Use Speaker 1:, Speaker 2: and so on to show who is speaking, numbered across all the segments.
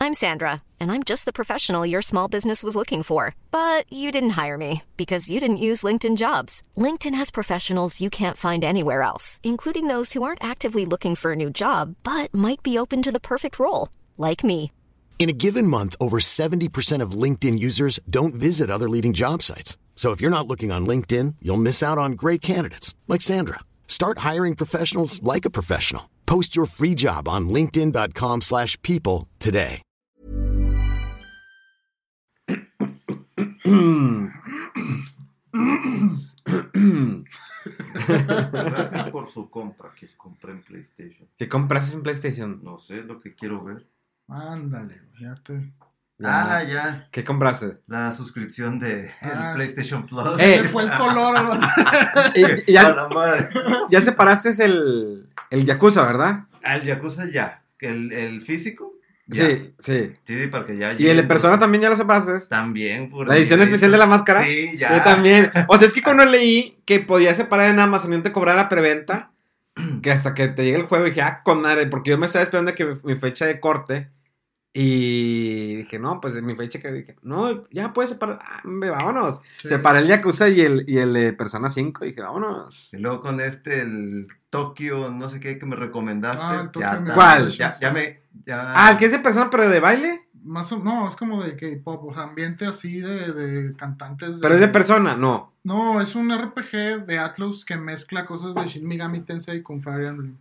Speaker 1: I'm Sandra, and I'm just the professional your small business was looking for. But you didn't hire me because you didn't use LinkedIn Jobs. LinkedIn has professionals you can't find anywhere else, including those who aren't actively looking for a new job, but might be open to the perfect role, like me.
Speaker 2: In a given month, over 70% of LinkedIn users don't visit other leading job sites. So if you're not looking on LinkedIn, you'll miss out on great candidates like Sandra. Start hiring professionals like a professional. Post your free job on linkedin.com/people today.
Speaker 3: Gracias por su compra que compré en PlayStation.
Speaker 4: ¿Qué compraste en PlayStation?
Speaker 3: No sé, lo que quiero ver.
Speaker 5: Ándale, ya te...
Speaker 3: Ya.
Speaker 4: ¿Qué compraste?
Speaker 3: La suscripción de el PlayStation Plus.
Speaker 5: Se me fue el color.
Speaker 4: Ya, ya separaste el Yakuza, ¿verdad?
Speaker 3: Al Yakuza ya. ¿El físico?
Speaker 4: Sí.
Speaker 3: Sí, porque ya...
Speaker 4: ¿Y el de Persona también ya lo separaste?
Speaker 3: También.
Speaker 4: ¿La edición especial de la máscara?
Speaker 3: Sí, ya.
Speaker 4: Yo también. O sea, es que cuando leí que podías separar en Amazon y no te cobrara preventa, que hasta que te llegue el juego dije, con madre, porque yo me estaba esperando que mi fecha de corte, y dije, no, pues mi fecha que dije, no, ya puedes separar, vámonos. Sí. Separé el Yakuza y el de Persona 5, y dije, vámonos.
Speaker 3: Y luego con el Tokio, no sé qué, que me recomendaste.
Speaker 4: ¿Cuál?
Speaker 3: Ya.
Speaker 4: ¿El que es de Persona, pero de baile?
Speaker 5: No, es como de K-pop, o sea, ambiente así de cantantes.
Speaker 4: ¿Pero es de Persona? No.
Speaker 5: No, es un RPG de Atlus que mezcla cosas de Shin Megami Tensei con Fire Emblem.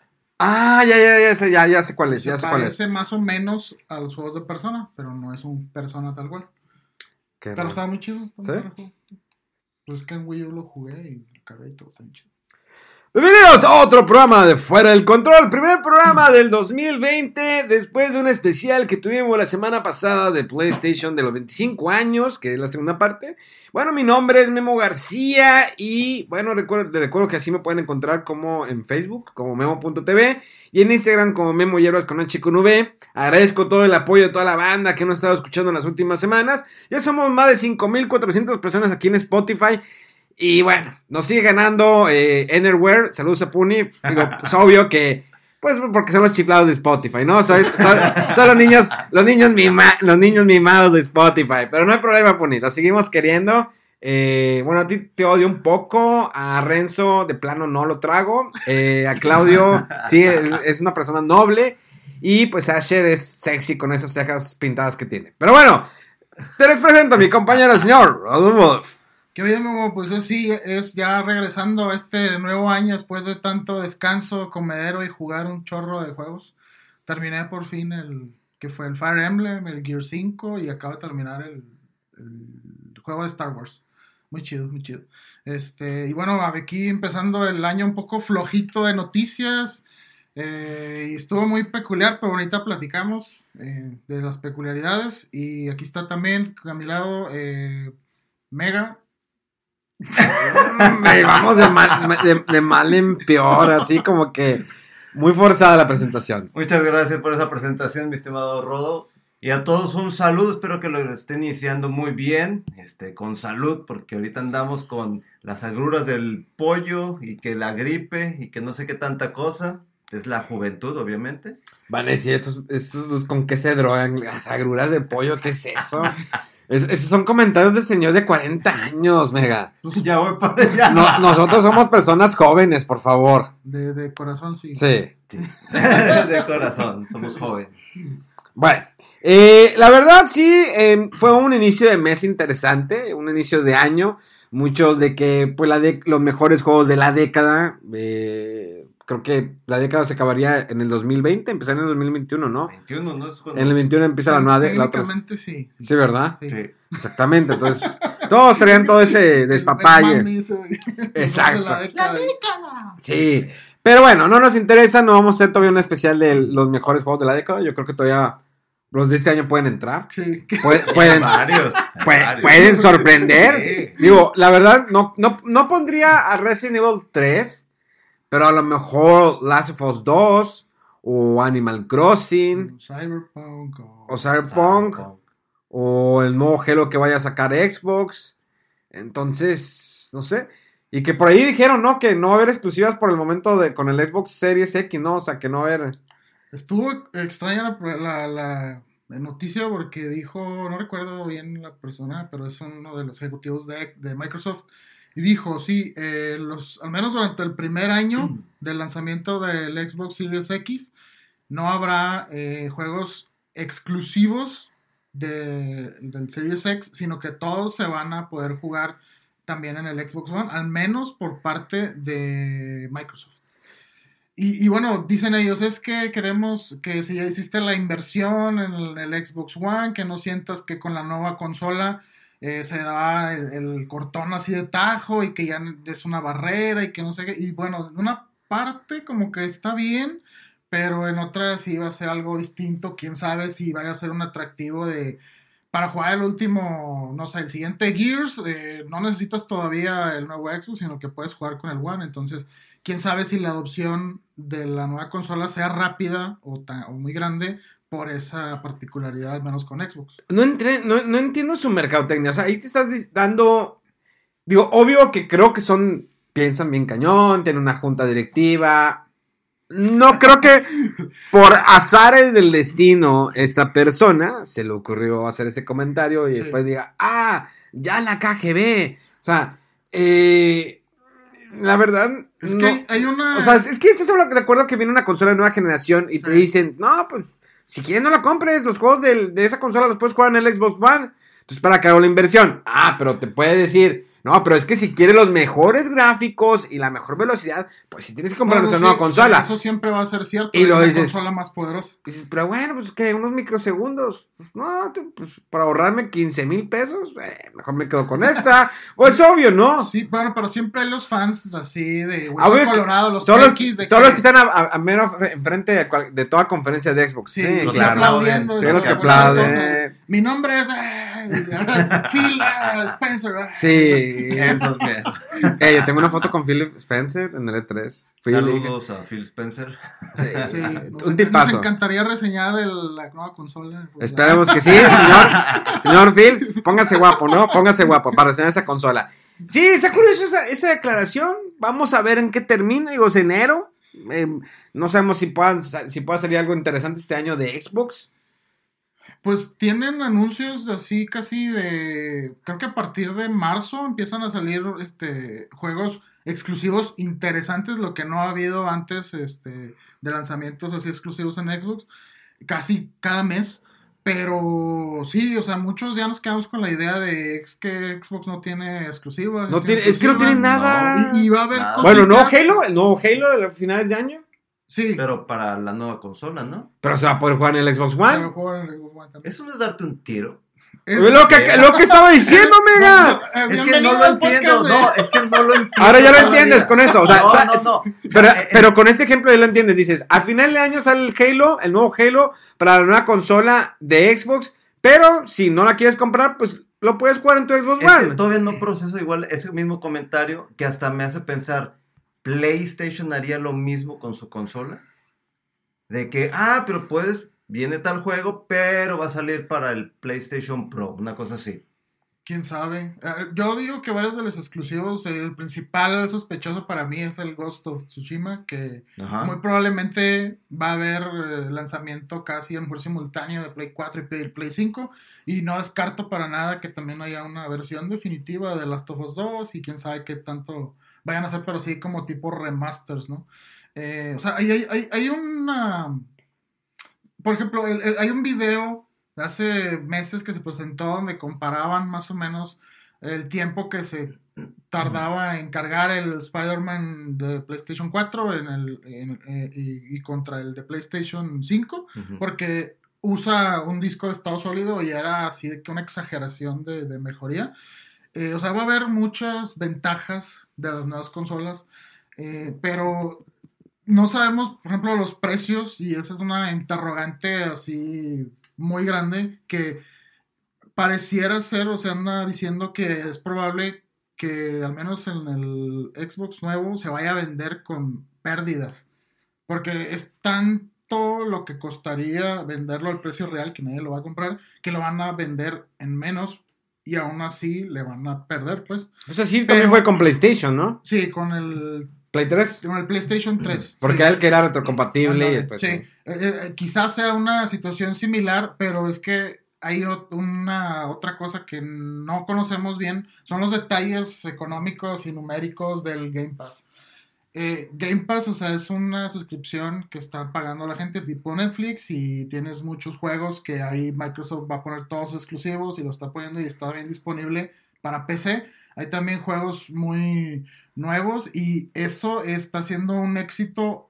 Speaker 4: Ya sé cuál es,
Speaker 5: Se parece más o menos a los juegos de Persona, pero no es un Persona tal cual. Pero estaba muy chido.
Speaker 4: ¿Sí?
Speaker 5: Pues es que en Wii U lo jugué y lo acabé y todo está muy chido.
Speaker 4: Bienvenidos a otro programa de Fuera del Control, primer programa del 2020, después de un especial que tuvimos la semana pasada de PlayStation de los 25 años, que es la segunda parte. Bueno, mi nombre es Memo García y bueno, recuerdo que así me pueden encontrar como en Facebook, como memo.tv, y en Instagram como Memo Hierbas con H con V. Agradezco todo el apoyo de toda la banda que nos ha estado escuchando en las últimas semanas. Ya somos más de 5,400 personas aquí en Spotify. Y bueno, nos sigue ganando Enerware. Saludos a Puni. Digo, pues obvio que, pues porque son los chiflados de Spotify, ¿no? Son los niños mimados de Spotify. Pero no hay problema, Puni. Los seguimos queriendo. Bueno, a ti te odio un poco. A Renzo, de plano, no lo trago. A Claudio, sí, es una persona noble. Y pues Asher es sexy con esas cejas pintadas que tiene. Pero bueno, te les presento a mi compañero, el señor Rodolfo.
Speaker 5: Qué bien, Memo, pues sí, es ya regresando a este nuevo año después de tanto descanso, comedero y jugar un chorro de juegos. Terminé por fin el Fire Emblem, el Gear 5 y acabo de terminar el juego de Star Wars. Muy chido, muy chido. Y bueno, aquí empezando el año un poco flojito de noticias. Y estuvo muy peculiar, pero ahorita platicamos de las peculiaridades. Y aquí está también a mi lado Mega.
Speaker 4: Vamos de mal en peor, así como que muy forzada la presentación.
Speaker 3: Muchas gracias por esa presentación, mi estimado Rodo. Y a todos un saludo, espero que lo estén iniciando muy bien, con salud, porque ahorita andamos con las agruras del pollo y que la gripe y que no sé qué tanta cosa. Es la juventud, obviamente.
Speaker 4: Vale, sí, estos con qué se drogan, las agruras de pollo, ¿qué es eso? Esos son comentarios de señor de 40 años, Mega.
Speaker 3: Ya voy para allá.
Speaker 4: No, nosotros somos personas jóvenes, por favor.
Speaker 5: De corazón, sí.
Speaker 4: Sí.
Speaker 3: De corazón, somos jóvenes.
Speaker 4: Bueno, la verdad sí, fue un inicio de mes interesante, un inicio de año. Muchos de que, pues, los mejores juegos de la década, creo que la década se acabaría en el 2020, empezar en el 2021, ¿no?
Speaker 3: 21, ¿no? Es cuando...
Speaker 4: En el 21 empieza la nueva década.
Speaker 5: Técnicamente sí.
Speaker 4: Sí, ¿verdad?
Speaker 3: Sí.
Speaker 4: Exactamente, entonces todos traían todo ese despapalle. Exacto.
Speaker 5: La década.
Speaker 4: Sí, pero bueno, no nos interesa, no vamos a hacer todavía un especial de los mejores juegos de la década. Yo creo que todavía los de este año pueden entrar.
Speaker 5: Sí.
Speaker 4: Pueden sorprender. Sí. Digo, la verdad, no pondría a Resident Evil 3, pero a lo mejor Last of Us 2 o Animal Crossing Cyberpunk o el nuevo Halo que vaya a sacar Xbox. Entonces, no sé. Y que por ahí dijeron, ¿no? Que no va a haber exclusivas por el momento con el Xbox Series X, ¿no? O sea, que no va a haber...
Speaker 5: Estuvo extraña la noticia porque dijo, no recuerdo bien la persona, pero es uno de los ejecutivos de Microsoft, y dijo, sí, al menos durante el primer año del lanzamiento del Xbox Series X, no habrá juegos exclusivos del Series X, sino que todos se van a poder jugar también en el Xbox One, al menos por parte de Microsoft. Y bueno, dicen ellos, es que queremos que si ya hiciste la inversión en el Xbox One, que no sientas que con la nueva consola se da el cortón así de tajo y que ya es una barrera y que no sé qué. Y bueno, en una parte como que está bien, pero en otra sí va a ser algo distinto. Quién sabe si vaya a ser un atractivo para jugar el último, no sé, el siguiente Gears. No necesitas todavía el nuevo Xbox, sino que puedes jugar con el One. Entonces, quién sabe si la adopción de la nueva consola sea rápida o muy grande por esa particularidad, al menos con Xbox.
Speaker 4: No entiendo su mercadotecnia. O sea, ahí te estás dando... Digo, obvio que creo que piensan bien cañón, tienen una junta directiva. No creo que por azares del destino esta persona se le ocurrió hacer este comentario y después diga, ya la KGB. O sea, la verdad...
Speaker 5: Es que hay una...
Speaker 4: O sea, es que estás de acuerdo que viene una consola de nueva generación y te dicen, no, pues, si quieres no la compres, los juegos de esa consola los puedes jugar en el Xbox One. Entonces, ¿para qué hago la inversión? Pero te puede decir, no, pero es que si quieres los mejores gráficos y la mejor velocidad, pues si tienes que comprar nuestra nueva consola.
Speaker 5: Eso siempre va a ser cierto.
Speaker 4: Y lo dices,
Speaker 5: una consola más poderosa.
Speaker 4: Dices, pero bueno, pues que unos microsegundos. Pues no, pues para ahorrarme 15,000 pesos, mejor me quedo con esta. O es obvio, ¿no?
Speaker 5: Sí, bueno, pero siempre hay los fans así de Hueso Colorado, los
Speaker 4: son los
Speaker 5: que
Speaker 4: están a mero enfrente de toda conferencia de Xbox.
Speaker 5: Sí, claro. Aplaudiendo.
Speaker 4: Sí, los que aplauden.
Speaker 5: Mi nombre es Phil Spencer.
Speaker 4: Sí. Eso es yo tengo una foto con Phil Spencer en el E3.
Speaker 3: Saludos a Phil Spencer.
Speaker 5: Sí.
Speaker 4: Un tipazo.
Speaker 5: Nos encantaría reseñar la nueva consola.
Speaker 4: Esperemos que sí, señor Phil. Póngase guapo, ¿no? Póngase guapo para reseñar esa consola. Sí, está curioso esa declaración. Vamos a ver en qué termina. Digo, es enero. No sabemos si pueda salir algo interesante este año de Xbox.
Speaker 5: Pues tienen anuncios así casi creo que a partir de marzo empiezan a salir juegos exclusivos interesantes, lo que no ha habido antes de lanzamientos así exclusivos en Xbox, casi cada mes. Pero sí, o sea, muchos ya nos quedamos con la idea de que Xbox no tiene exclusivas.
Speaker 4: Es que no tiene nada.
Speaker 5: Y va a haber
Speaker 3: nada.
Speaker 4: Bueno, el nuevo Halo a finales de año.
Speaker 5: Sí.
Speaker 3: Pero para la nueva consola, ¿no?
Speaker 4: Pero se va a poder jugar en el Xbox One.
Speaker 5: Se va a jugar en el Xbox One también.
Speaker 3: Eso no es darte un tiro.
Speaker 4: Es lo que estaba diciendo, Mega.
Speaker 3: Es que no lo entiendo. No, es que no lo entiendo.
Speaker 4: Ahora ya lo entiendes con eso. O sea,
Speaker 3: no.
Speaker 4: Pero con este ejemplo ya lo entiendes. Dices, a final de año sale el nuevo Halo para la nueva consola de Xbox. Pero si no la quieres comprar, pues lo puedes jugar en tu Xbox One.
Speaker 3: Todavía no proceso igual ese mismo comentario que hasta me hace pensar, ¿PlayStation haría lo mismo con su consola? De que, pero viene tal juego, pero va a salir para el PlayStation Pro, una cosa así.
Speaker 5: ¿Quién sabe? Yo digo que varios de los exclusivos, el principal sospechoso para mí es el Ghost of Tsushima, que muy probablemente va a haber lanzamiento casi en simultáneo de Play 4 y Play 5, y no descarto para nada que también haya una versión definitiva de Last of Us 2, y quién sabe qué tanto vayan a hacer, pero sí como tipo remasters, ¿no? O sea, hay una... Por ejemplo, hay un video hace meses que se presentó donde comparaban más o menos el tiempo que se tardaba en cargar el Spider-Man de PlayStation 4 y contra el de PlayStation 5, porque usa un disco de estado sólido y era así de que una exageración de mejoría. O sea, va a haber muchas ventajas de las nuevas consolas, pero no sabemos, por ejemplo, los precios, y esa es una interrogante así muy grande, que pareciera ser, o sea, anda diciendo que es probable que al menos en el Xbox nuevo se vaya a vender con pérdidas, porque es tanto lo que costaría venderlo al precio real que nadie lo va a comprar, que lo van a vender en menos y aún así le van a perder, pues.
Speaker 4: O sea, sí, también fue con PlayStation, ¿no?
Speaker 5: Sí, con el
Speaker 4: ¿Play 3?
Speaker 5: Con el PlayStation 3.
Speaker 4: Porque era el que era retrocompatible y después...
Speaker 5: Sí, Quizás sea una situación similar, pero es que hay otra cosa que no conocemos bien, son los detalles económicos y numéricos del Game Pass. Game Pass, o sea, es una suscripción que está pagando la gente tipo Netflix y tienes muchos juegos que ahí Microsoft va a poner todos sus exclusivos y lo está poniendo y está bien disponible para PC. Hay también juegos muy nuevos y eso está siendo un éxito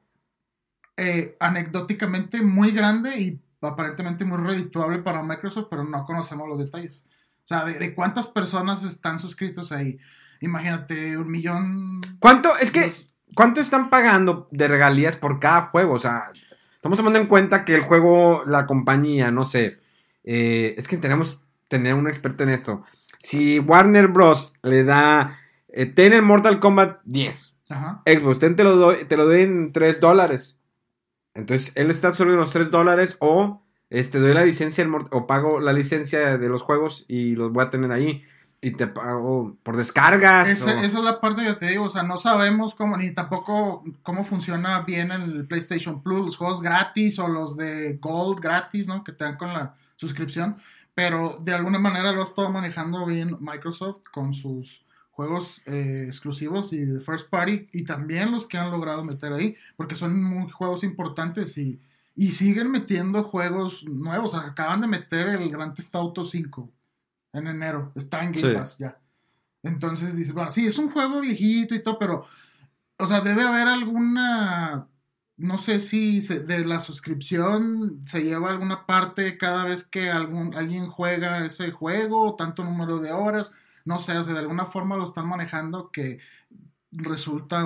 Speaker 5: anecdóticamente muy grande y aparentemente muy redituable para Microsoft, pero no conocemos los detalles. O sea, de cuántas personas están suscritos ahí. Imagínate, 1 millón...
Speaker 4: ¿Cuánto están pagando de regalías por cada juego? O sea, estamos tomando en cuenta que el juego, la compañía, no sé, es que tenemos tener un experto en esto. Si Warner Bros. Le da, ten el Mortal Kombat 10,
Speaker 5: Ajá.
Speaker 4: Xbox, te lo doy en $3. Entonces, él está sobre los $3 o doy la licencia o pago la licencia de los juegos y los voy a tener ahí. Y te pago por descargas.
Speaker 5: Esa es la parte que te digo, o sea, no sabemos cómo, ni tampoco cómo funciona bien el PlayStation Plus, los juegos gratis o los de Gold gratis, ¿no? Que te dan con la suscripción, pero de alguna manera lo ha estado manejando bien Microsoft con sus juegos exclusivos y de first party, y también los que han logrado meter ahí, porque son juegos importantes y siguen metiendo juegos nuevos. O sea, acaban de meter el Grand Theft Auto 5 en enero, está en Game Pass ya. Entonces dices, bueno, sí, es un juego viejito y todo, pero, o sea, debe haber alguna, no sé si de la suscripción se lleva alguna parte cada vez que alguien juega ese juego, tanto número de horas, no sé, o sea, de alguna forma lo están manejando que resulta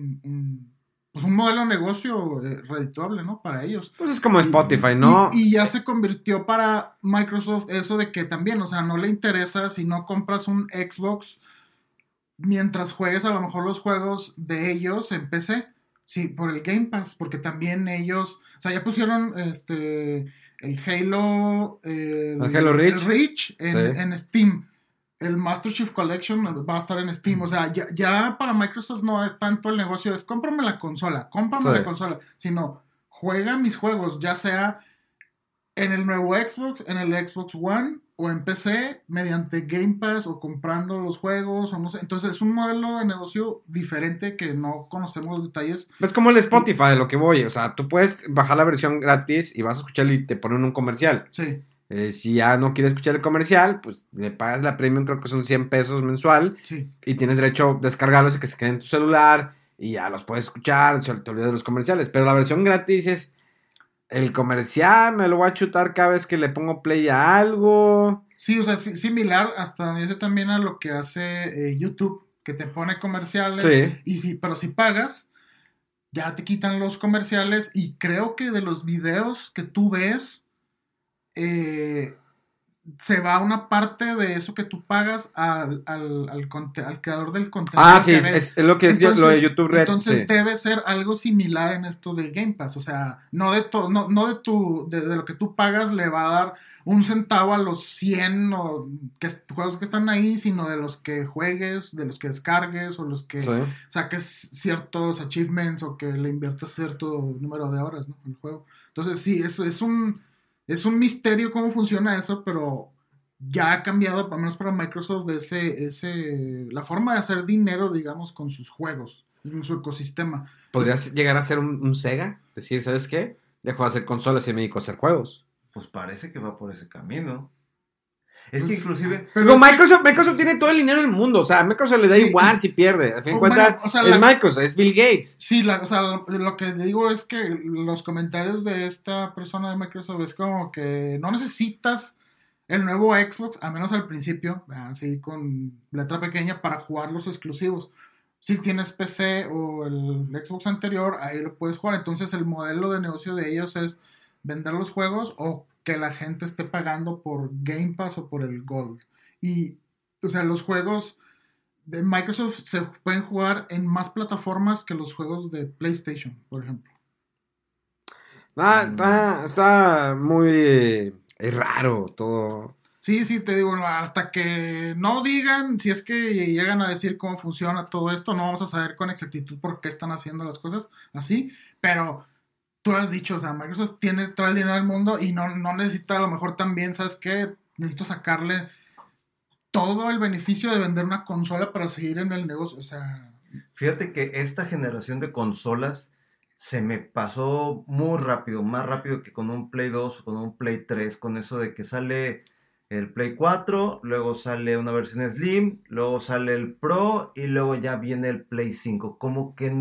Speaker 5: pues un modelo de negocio redituable, ¿no? Para ellos.
Speaker 4: Pues es como Spotify, ¿no?
Speaker 5: Y ya se convirtió para Microsoft eso de que también, o sea, no le interesa si no compras un Xbox mientras juegues a lo mejor los juegos de ellos en PC, sí, por el Game Pass, porque también ellos, o sea, ya pusieron el Halo,
Speaker 4: el Halo Reach,
Speaker 5: el Reach en Steam. El Master Chief Collection va a estar en Steam. O sea, ya para Microsoft no es tanto el negocio, es cómprame la consola, sino juega mis juegos, ya sea en el nuevo Xbox, en el Xbox One o en PC, mediante Game Pass o comprando los juegos, o no sé. Entonces es un modelo de negocio diferente que no conocemos los detalles.
Speaker 4: Es como el Spotify, de lo que voy. O sea, tú puedes bajar la versión gratis y vas a escucharlo y te ponen un comercial.
Speaker 5: Sí.
Speaker 4: Si ya no quieres escuchar el comercial, pues le pagas la premium, creo que son $100 mensual.
Speaker 5: Sí.
Speaker 4: Y tienes derecho a descargarlos y que se queden en tu celular. Y ya los puedes escuchar, te olvidas de los comerciales. Pero la versión gratis es el comercial, me lo voy a chutar cada vez que le pongo play a algo.
Speaker 5: Sí, o sea, similar hasta yo sé también a lo que hace YouTube, que te pone comerciales.
Speaker 4: Sí.
Speaker 5: Pero si pagas, ya te quitan los comerciales. Y creo que de los videos que tú ves, se va una parte de eso que tú pagas al creador del contenido.
Speaker 4: Ah, sí, es lo que entonces, es lo de YouTube Red.
Speaker 5: Entonces debe ser algo similar en esto de Game Pass. O sea, no de lo que tú pagas le va a dar un centavo a los 100 juegos que están ahí, sino de los que juegues, de los que descargues o los que saques ciertos achievements o que le inviertas cierto número de horas, ¿no? En el juego. Entonces sí, eso es un misterio cómo funciona eso, pero ya ha cambiado, al menos para Microsoft, la forma de hacer dinero, digamos, con sus juegos, en su ecosistema.
Speaker 4: ¿Podrías llegar a ser un Sega? Decir, ¿sabes qué? Dejo de hacer consolas y me dedico a hacer juegos.
Speaker 3: Pues parece que va por ese camino. Es que inclusive...
Speaker 4: Pero Microsoft tiene todo el dinero del mundo. O sea, a Microsoft le da igual si pierde. A fin de cuentas, es Microsoft, es Bill Gates.
Speaker 5: Sí, lo que digo es que los comentarios de esta persona de Microsoft es como que no necesitas el nuevo Xbox, al menos al principio, así con letra pequeña, para jugar los exclusivos. Si tienes PC o el Xbox anterior, ahí lo puedes jugar. Entonces el modelo de negocio de ellos es vender los juegos o que la gente esté pagando por Game Pass o por el Gold. Y, o sea, los juegos de Microsoft se pueden jugar en más plataformas que los juegos de PlayStation, por ejemplo.
Speaker 4: Está muy raro todo.
Speaker 5: Sí, te digo, hasta que no digan, si es que llegan a decir cómo funciona todo esto, no vamos a saber con exactitud por qué están haciendo las cosas así, pero tú has dicho, o sea, Microsoft tiene todo el dinero del mundo y no necesita a lo mejor también, ¿sabes qué? Necesito sacarle todo el beneficio de vender una consola para seguir en el negocio, o sea...
Speaker 3: Fíjate que esta generación de consolas se me pasó muy rápido, más rápido que con un Play 2 o con un Play 3, con eso de que sale el Play 4, luego sale una versión Slim, luego sale el Pro y luego ya viene el Play 5. Como que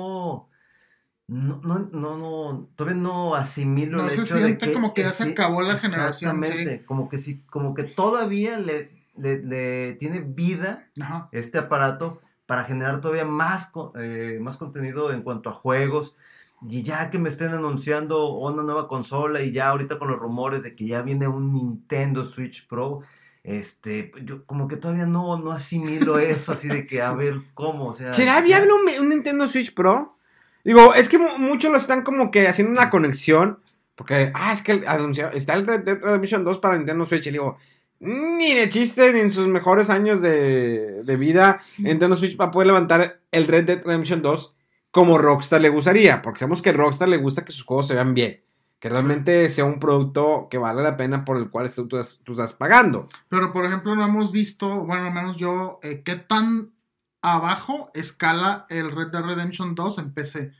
Speaker 3: todavía no asimilo
Speaker 5: No
Speaker 3: el
Speaker 5: se
Speaker 3: hecho de
Speaker 5: siente
Speaker 3: que
Speaker 5: como que ya se acabó la generación,
Speaker 3: exactamente, como que todavía le tiene vida
Speaker 5: Ajá.
Speaker 3: este aparato para generar todavía más contenido en cuanto a juegos. Y ya que me estén anunciando una nueva consola y ya ahorita con los rumores de que ya viene un Nintendo Switch Pro, yo como que todavía no asimilo eso, así de que a ver cómo, o sea...
Speaker 4: ¿Será viable un Nintendo Switch Pro? Digo, es que muchos lo están como que haciendo una conexión, porque, es que está el Red Dead Redemption 2 para Nintendo Switch, y digo... Ni de chiste, ni en sus mejores años de vida Nintendo Switch va a poder levantar el Red Dead Redemption 2 como Rockstar le gustaría, porque sabemos que a Rockstar le gusta que sus juegos se vean bien, que realmente sea un producto que vale la pena por el cual tú estás pagando.
Speaker 5: Pero por ejemplo no hemos visto, bueno al menos yo, qué tan abajo escala el Red Dead Redemption 2 en PC.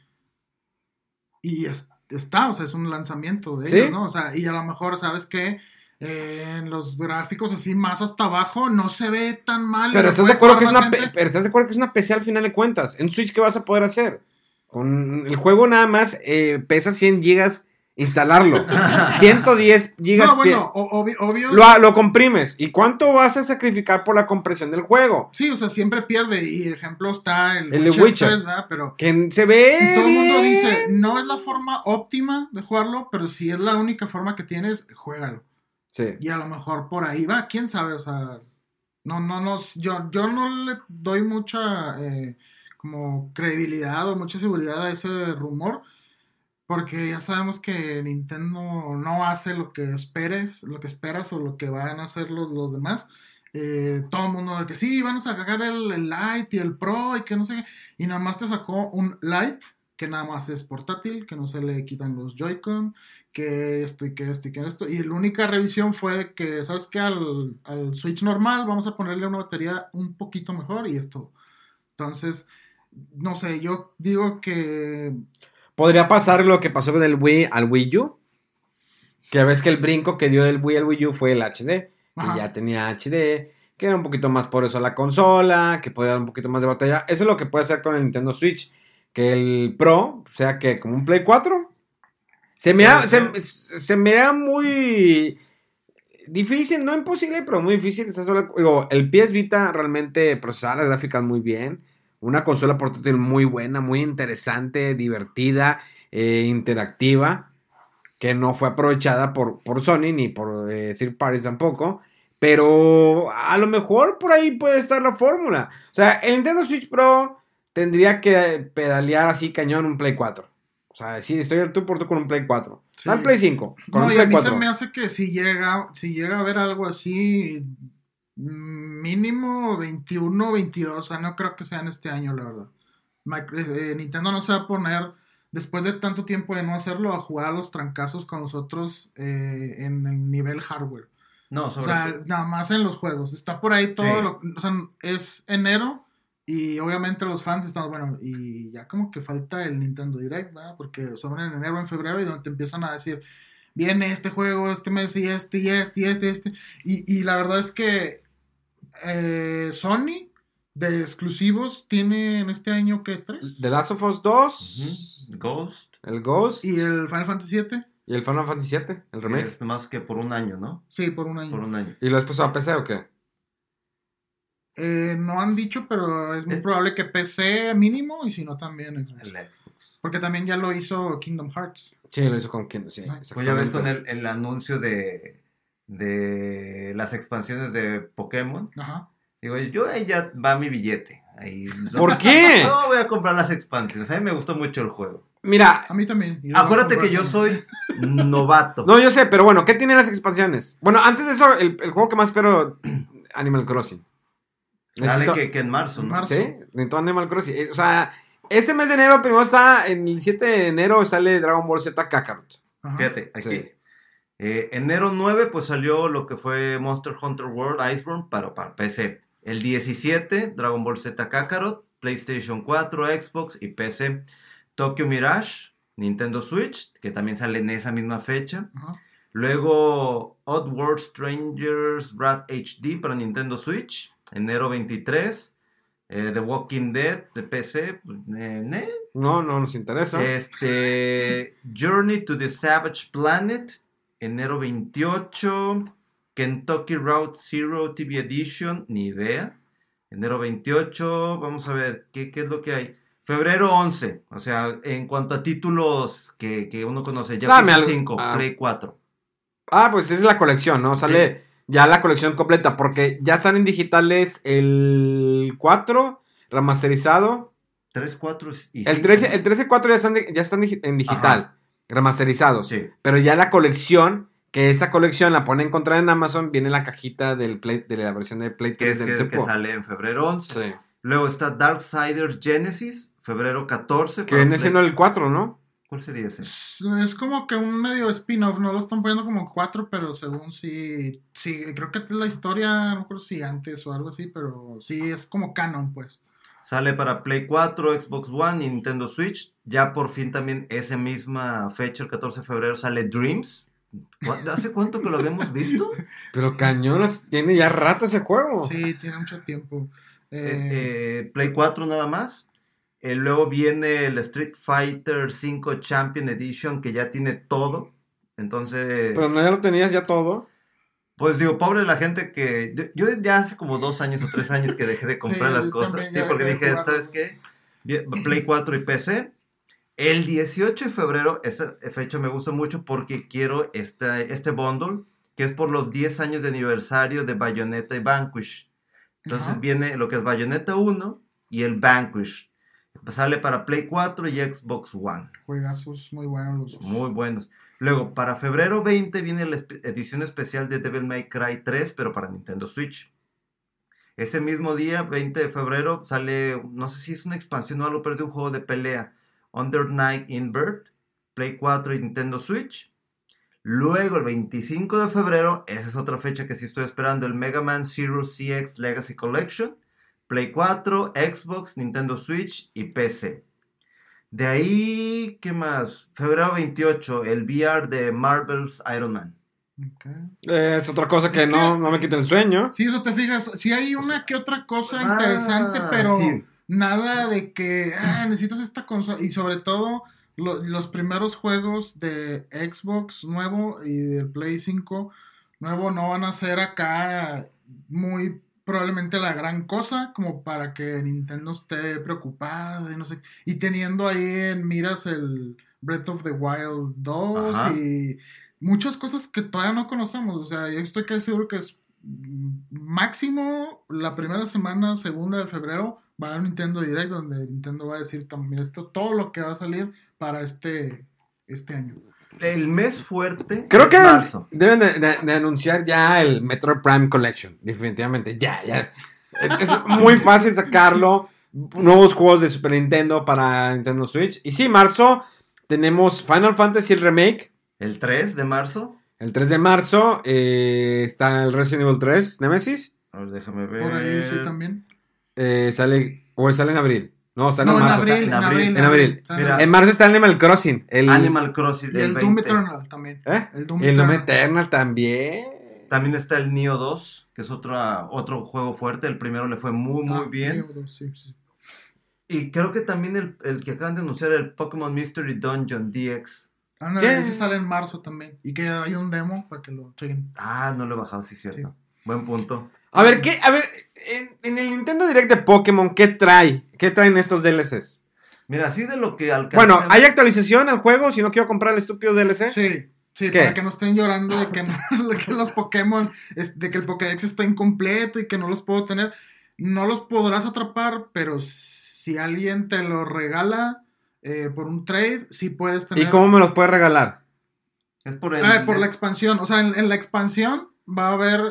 Speaker 5: Y está, o sea, es un lanzamiento de ellos, ¿no? O sea, y a lo mejor, ¿sabes qué? En los gráficos así más hasta abajo no se ve tan mal.
Speaker 4: Pero estás de acuerdo que es una PC al final de cuentas. En Switch, ¿qué vas a poder hacer? Con el juego nada más pesa 100 gigas instalarlo. 110 gigas.
Speaker 5: No, bueno, obvio.
Speaker 4: Lo comprimes. ¿Y cuánto vas a sacrificar por la compresión del juego?
Speaker 5: Sí, o sea, siempre pierde. Y ejemplo está el
Speaker 4: Witcher
Speaker 5: 3, ¿verdad? Pero
Speaker 4: que se ve
Speaker 5: y todo el mundo
Speaker 4: bien.
Speaker 5: dice, no es la forma óptima de jugarlo, pero si es la única forma que tienes, juégalo.
Speaker 4: Sí.
Speaker 5: Y a lo mejor por ahí va, quién sabe, o sea, yo no le doy mucha como credibilidad o mucha seguridad a ese rumor, porque ya sabemos que Nintendo no hace lo que esperas o lo que van a hacer los demás. Todo el mundo de que sí, van a sacar el Lite y el Pro y que no sé qué, y nada más te sacó un Lite que nada más es portátil, que no se le quitan los Joy-Con, que esto, y la única revisión fue de que, ¿sabes qué? Al Switch normal vamos a ponerle una batería un poquito mejor y esto. Entonces, no sé, yo digo que...
Speaker 4: ¿Podría pasar lo que pasó con el Wii al Wii U? Que ves que el brinco que dio del Wii al Wii U fue el HD, que ya tenía HD, que era un poquito más poderoso la consola, que podía dar un poquito más de batería. Eso es lo que puede hacer con el Nintendo Switch. Que el Pro, o sea, que como un Play 4, se me da muy difícil, no imposible, pero muy difícil. El PS Vita realmente procesaba las gráficas muy bien. Una consola portátil muy buena, muy interesante, divertida, interactiva, que no fue aprovechada por Sony ni por third parties tampoco. Pero a lo mejor por ahí puede estar la fórmula. O sea, el Nintendo Switch Pro tendría que pedalear así cañón un Play 4. O sea, sí, estoy tú por tú con un Play 4. Sí. No el Play 5, con un
Speaker 5: y
Speaker 4: Play
Speaker 5: a mí
Speaker 4: 4.
Speaker 5: Se me hace que si llega a haber algo así, mínimo 21, 22, o sea, no creo que sea en este año, la verdad. Nintendo no se va a poner, después de tanto tiempo de no hacerlo, a jugar a los trancazos con nosotros en el nivel hardware.
Speaker 3: No, sobre todo.
Speaker 5: Nada más en los juegos. Está por ahí todo, o sea, es enero. Y obviamente los fans están, bueno, y ya como que falta el Nintendo Direct, ¿verdad? Porque son en enero, en febrero, y donde te empiezan a decir, viene este juego, este mes, y este. Y la verdad es que Sony, de exclusivos, tiene en este año, ¿qué? 3.
Speaker 4: The Last of Us 2.
Speaker 3: Ghost.
Speaker 4: El Ghost.
Speaker 5: Y el Final Fantasy VII.
Speaker 4: Y el Final Fantasy VII, el remake.
Speaker 3: Es más que por un año, ¿no?
Speaker 5: Sí, por un año.
Speaker 3: Por un año.
Speaker 4: ¿Y lo has puesto a PC o qué?
Speaker 5: No han dicho, pero es muy probable que PC mínimo y si no también Xbox.
Speaker 3: El Xbox.
Speaker 5: Porque también ya lo hizo Kingdom Hearts.
Speaker 4: Sí, lo hizo con Kingdom, sí.
Speaker 3: Pues ya ves con el anuncio de las expansiones de Pokémon.
Speaker 5: Ajá.
Speaker 3: Digo, yo ahí ya va mi billete. Ahí,
Speaker 4: ¿Por qué?
Speaker 3: No voy a comprar las expansiones. A mí me gustó mucho el juego.
Speaker 4: Mira,
Speaker 5: a mí también.
Speaker 3: Acuérdate que yo soy novato.
Speaker 4: No, yo sé, pero bueno, ¿qué tienen las expansiones? Bueno, antes de eso, el juego que más espero, Animal Crossing.
Speaker 3: Sale que en marzo, ¿no?
Speaker 4: Sí, necesito Animal Crossing. O sea, Este mes de enero, primero está, en el 7 de enero sale Dragon Ball Z Kakarot.
Speaker 5: Ajá.
Speaker 3: Fíjate, aquí.
Speaker 4: Sí.
Speaker 3: Enero 9, pues salió lo que fue Monster Hunter World Iceborne para PC. El 17, Dragon Ball Z Kakarot, PlayStation 4, Xbox y PC. Tokyo Mirage, Nintendo Switch, que también sale en esa misma fecha.
Speaker 5: Ajá.
Speaker 3: Luego, Oddworld Strangers Wrath HD para Nintendo Switch, enero 23. The Walking Dead de PC,
Speaker 4: No nos interesa.
Speaker 3: Journey to the Savage Planet, enero 28. Kentucky Route Zero TV Edition, ni idea. Enero 28, vamos a ver, ¿qué es lo que hay? Febrero 11, o sea, en cuanto a títulos que uno conoce, ya
Speaker 4: Dame
Speaker 3: 5,
Speaker 4: algo.
Speaker 3: Play 4.
Speaker 4: Pues esa es la colección, ¿no? Sale ya la colección completa, porque ya están en digitales el 4 remasterizado.
Speaker 3: 3, 4 y
Speaker 4: El 13 y 4 ya están en digital,
Speaker 3: Ajá.
Speaker 4: remasterizados.
Speaker 3: Sí.
Speaker 4: Pero ya la colección, que esta colección la pone a encontrar en Amazon, viene en la cajita de la versión de Play 3 del
Speaker 3: que sale en febrero 11.
Speaker 4: Sí.
Speaker 3: Luego está Darksiders Genesis, febrero 14.
Speaker 4: Que viene siendo el 4, ¿no?
Speaker 3: ¿Cuál sería ese?
Speaker 5: Es como que un medio spin-off, no lo están poniendo como 4, pero según sí, creo que es la historia, no creo si antes o algo así, pero sí es como canon, pues.
Speaker 3: Sale para Play 4, Xbox One y Nintendo Switch. Ya por fin también esa misma fecha, el 14 de febrero, sale Dreams. ¿Hace cuánto que lo habíamos visto?
Speaker 4: Pero cañones, tiene ya rato ese juego.
Speaker 5: Sí, tiene mucho tiempo.
Speaker 3: Play 4 nada más. Luego viene el Street Fighter 5 Champion Edition, que ya tiene todo. Entonces...
Speaker 4: Pero no ya lo tenías ya todo.
Speaker 3: Pues digo, pobre la gente que... Yo ya hace como 2 años o 3 años que dejé de comprar
Speaker 5: Sí,
Speaker 3: las
Speaker 5: yo
Speaker 3: cosas.
Speaker 5: también
Speaker 3: Sí,
Speaker 5: ya
Speaker 3: porque
Speaker 5: dejé de
Speaker 3: dije,
Speaker 5: jugarlo.
Speaker 3: ¿sabes qué? Play 4 y PC. El 18 de febrero, esa fecha me gusta mucho porque quiero este bundle, que es por los 10 años de aniversario de Bayonetta y Vanquish. Entonces
Speaker 5: Ajá.
Speaker 3: viene lo que es Bayonetta 1 y el Vanquish. Sale para Play 4 y Xbox One.
Speaker 5: Juegazos muy buenos los dos.
Speaker 3: Muy buenos. Luego, para febrero 20 viene la edición especial de Devil May Cry 3, pero para Nintendo Switch. Ese mismo día, 20 de febrero, sale, no sé si es una expansión o algo, pero es de un juego de pelea. Under Night Invert, Play 4 y Nintendo Switch. Luego, el 25 de febrero, esa es otra fecha que sí estoy esperando, el Mega Man Zero CX Legacy Collection. Play 4, Xbox, Nintendo Switch y PC. De ahí, ¿qué más? Febrero 28, el VR de Marvel's Iron Man.
Speaker 5: Okay.
Speaker 4: Es otra cosa que
Speaker 5: Es que-
Speaker 4: no me quita el sueño.
Speaker 5: Sí, eso te fijas. Sí hay una que otra cosa interesante,
Speaker 3: Ah,
Speaker 5: pero
Speaker 3: sí.
Speaker 5: nada de que necesitas esta consola. Y sobre todo, los primeros juegos de Xbox nuevo y del Play 5 nuevo no van a ser acá muy probablemente la gran cosa como para que Nintendo esté preocupada y no sé. Y teniendo ahí en miras el Breath of the Wild 2
Speaker 3: Ajá.
Speaker 5: y muchas cosas que todavía no conocemos. O sea, yo estoy casi seguro que es máximo la primera semana, segunda de febrero, va a haber un Nintendo Direct donde Nintendo va a decir también todo lo que va a salir para este año.
Speaker 3: El mes fuerte
Speaker 4: Creo
Speaker 3: es
Speaker 4: que
Speaker 3: marzo.
Speaker 4: deben de anunciar ya el Metroid Prime Collection. Definitivamente, ya. Es muy fácil sacarlo. Nuevos juegos de Super Nintendo para Nintendo Switch. Y sí, marzo tenemos Final Fantasy el Remake.
Speaker 3: El 3 de marzo.
Speaker 4: El 3 de marzo está el Resident Evil 3 Nemesis.
Speaker 3: A ver, déjame ver.
Speaker 5: Por ahí sí también.
Speaker 4: Sale en abril. No, está en
Speaker 5: No, en
Speaker 4: marzo.
Speaker 5: abril,
Speaker 3: en abril.
Speaker 4: En abril.
Speaker 5: Está
Speaker 3: Mira,
Speaker 4: En marzo está Animal Crossing.
Speaker 3: Animal Crossing
Speaker 5: Y
Speaker 3: del
Speaker 5: el
Speaker 3: 20.
Speaker 5: Doom Eternal también. El Doom
Speaker 4: Y el Doom
Speaker 5: Eternal.
Speaker 4: Eternal también.
Speaker 3: También está el Nioh 2, que es otro juego fuerte. El primero le fue muy bien.
Speaker 5: Sí.
Speaker 3: Y creo que también el que acaban de anunciar, el Pokémon Mystery Dungeon DX.
Speaker 5: No,
Speaker 4: Sí.
Speaker 5: ese sale en marzo también. Y que hay un demo para que lo chequen.
Speaker 3: Ah, no lo he bajado, sí, cierto. Buen punto.
Speaker 4: A ver, en el Nintendo Direct de Pokémon, ¿qué trae? ¿Qué traen estos DLCs?
Speaker 3: Mira, así de lo que alcancé.
Speaker 4: Bueno, ¿hay actualización al juego si no quiero comprar el estúpido DLC?
Speaker 5: Sí,
Speaker 4: ¿Qué?
Speaker 5: para que no estén llorando de que, de que los Pokémon, de que el Pokédex está incompleto y que no los puedo tener. No los podrás atrapar, pero si alguien te lo regala por un trade, sí puedes tener.
Speaker 4: ¿Y cómo me los puedes regalar?
Speaker 3: Es por el...
Speaker 5: Por la expansión. O sea, en la expansión va a haber